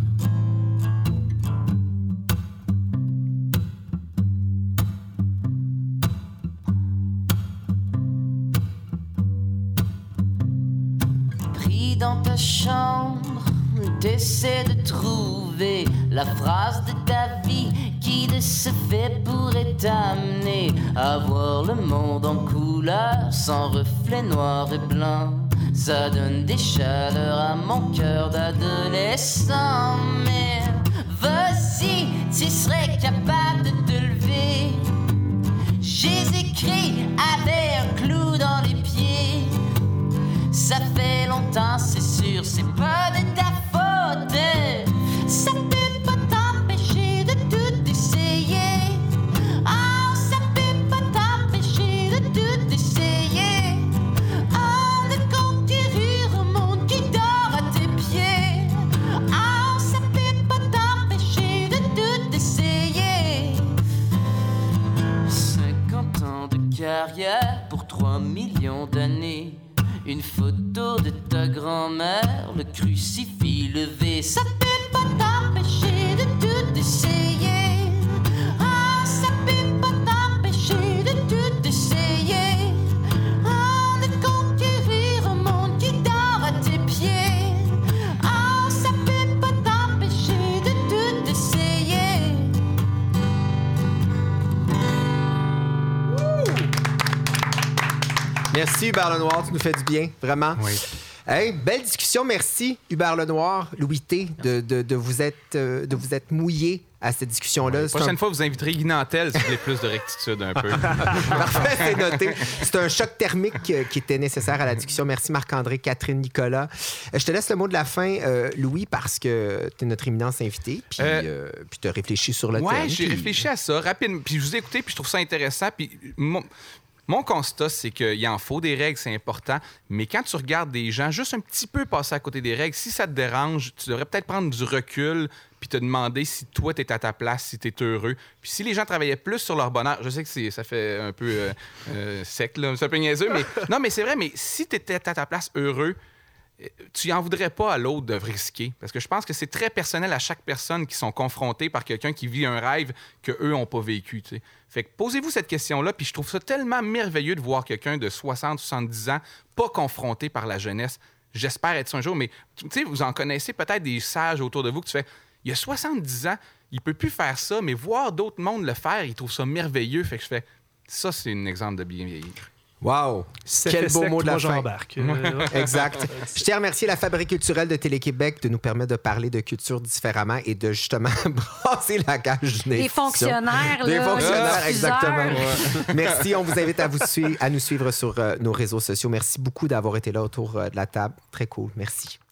Pris dans ta chambre, t'essaies de trouver la phrase de ta vie qui de ce fait pourrait t'amener à voir le monde en couleur sans reflet noir et blanc. Ça donne des chaleurs à mon cœur d'adolescent. Mais vas-y, tu serais capable de te lever. Jésus-Christ avait un clou dans les pieds. Ça fait longtemps, c'est sûr, c'est pas de ta faute. Ça peut pas t'empêcher de tout essayer. Ah, ça peut pas t'empêcher de tout essayer. Ah, de conquérir un monde qui dort à tes pieds. Ah, ça peut pas t'empêcher de tout essayer. 50 ans de carrière pour 3 millions d'années. Une photo de ta grand-mère, le crucifix levé. Ça peut pas t'empêcher de tout essayer. Ah, ça peut pas t'empêcher de tout essayer. Ah, de conquérir un monde qui dort à tes pieds. Ah, ça peut pas t'empêcher de tout essayer. Merci Hubert Lenoir, tu nous fais du bien, vraiment. Oui. Hey, belle discussion. Merci, Hubert Lenoir, Louis T, de vous être mouillé à cette discussion-là. La prochaine fois, vous inviterez Guy Nantel si vous voulez plus de rectitude un peu. Parfait, c'est noté. C'est un choc thermique qui était nécessaire à la discussion. Merci Marc-André, Catherine, Nicolas. Je te laisse le mot de la fin, Louis, parce que tu es notre éminence invitée. Puis tu as réfléchi sur le thème. Oui, j'ai réfléchi à ça rapidement. Puis je vous ai écouté, puis je trouve ça intéressant. Puis mon constat, c'est qu'il en faut des règles, c'est important. Mais quand tu regardes des gens juste un petit peu passer à côté des règles, si ça te dérange, tu devrais peut-être prendre du recul puis te demander si toi, tu es à ta place, si tu es heureux. Puis si les gens travaillaient plus sur leur bonheur, je sais que ça fait un peu sec, là, c'est un peu niaiseux, mais non, mais c'est vrai, mais si tu étais à ta place heureux, tu n'en voudrais pas à l'autre de risquer. Parce que je pense que c'est très personnel à chaque personne qui sont confrontés par quelqu'un qui vit un rêve qu'eux n'ont pas vécu. Tu sais. Fait que posez-vous cette question-là, puis je trouve ça tellement merveilleux de voir quelqu'un de 60, 70 ans pas confronté par la jeunesse. J'espère être ça un jour, mais tu sais, vous en connaissez peut-être des sages autour de vous que tu fais... Il y a 70 ans, il peut plus faire ça, mais voir d'autres mondes le faire, il trouve ça merveilleux. Fait que je fais... Ça, c'est un exemple de bien vieillir. Wow! Quel beau mot de la fin. J'embarque. Exact. Je tiens à remercier la Fabrique culturelle de Télé-Québec de nous permettre de parler de culture différemment et de justement brasser la cage d'une Les institution. fonctionnaires, Des là, fonctionnaires, les exactement. diffuseurs. Merci. On vous invite à nous suivre sur nos réseaux sociaux. Merci beaucoup d'avoir été là autour de la table. Très cool. Merci.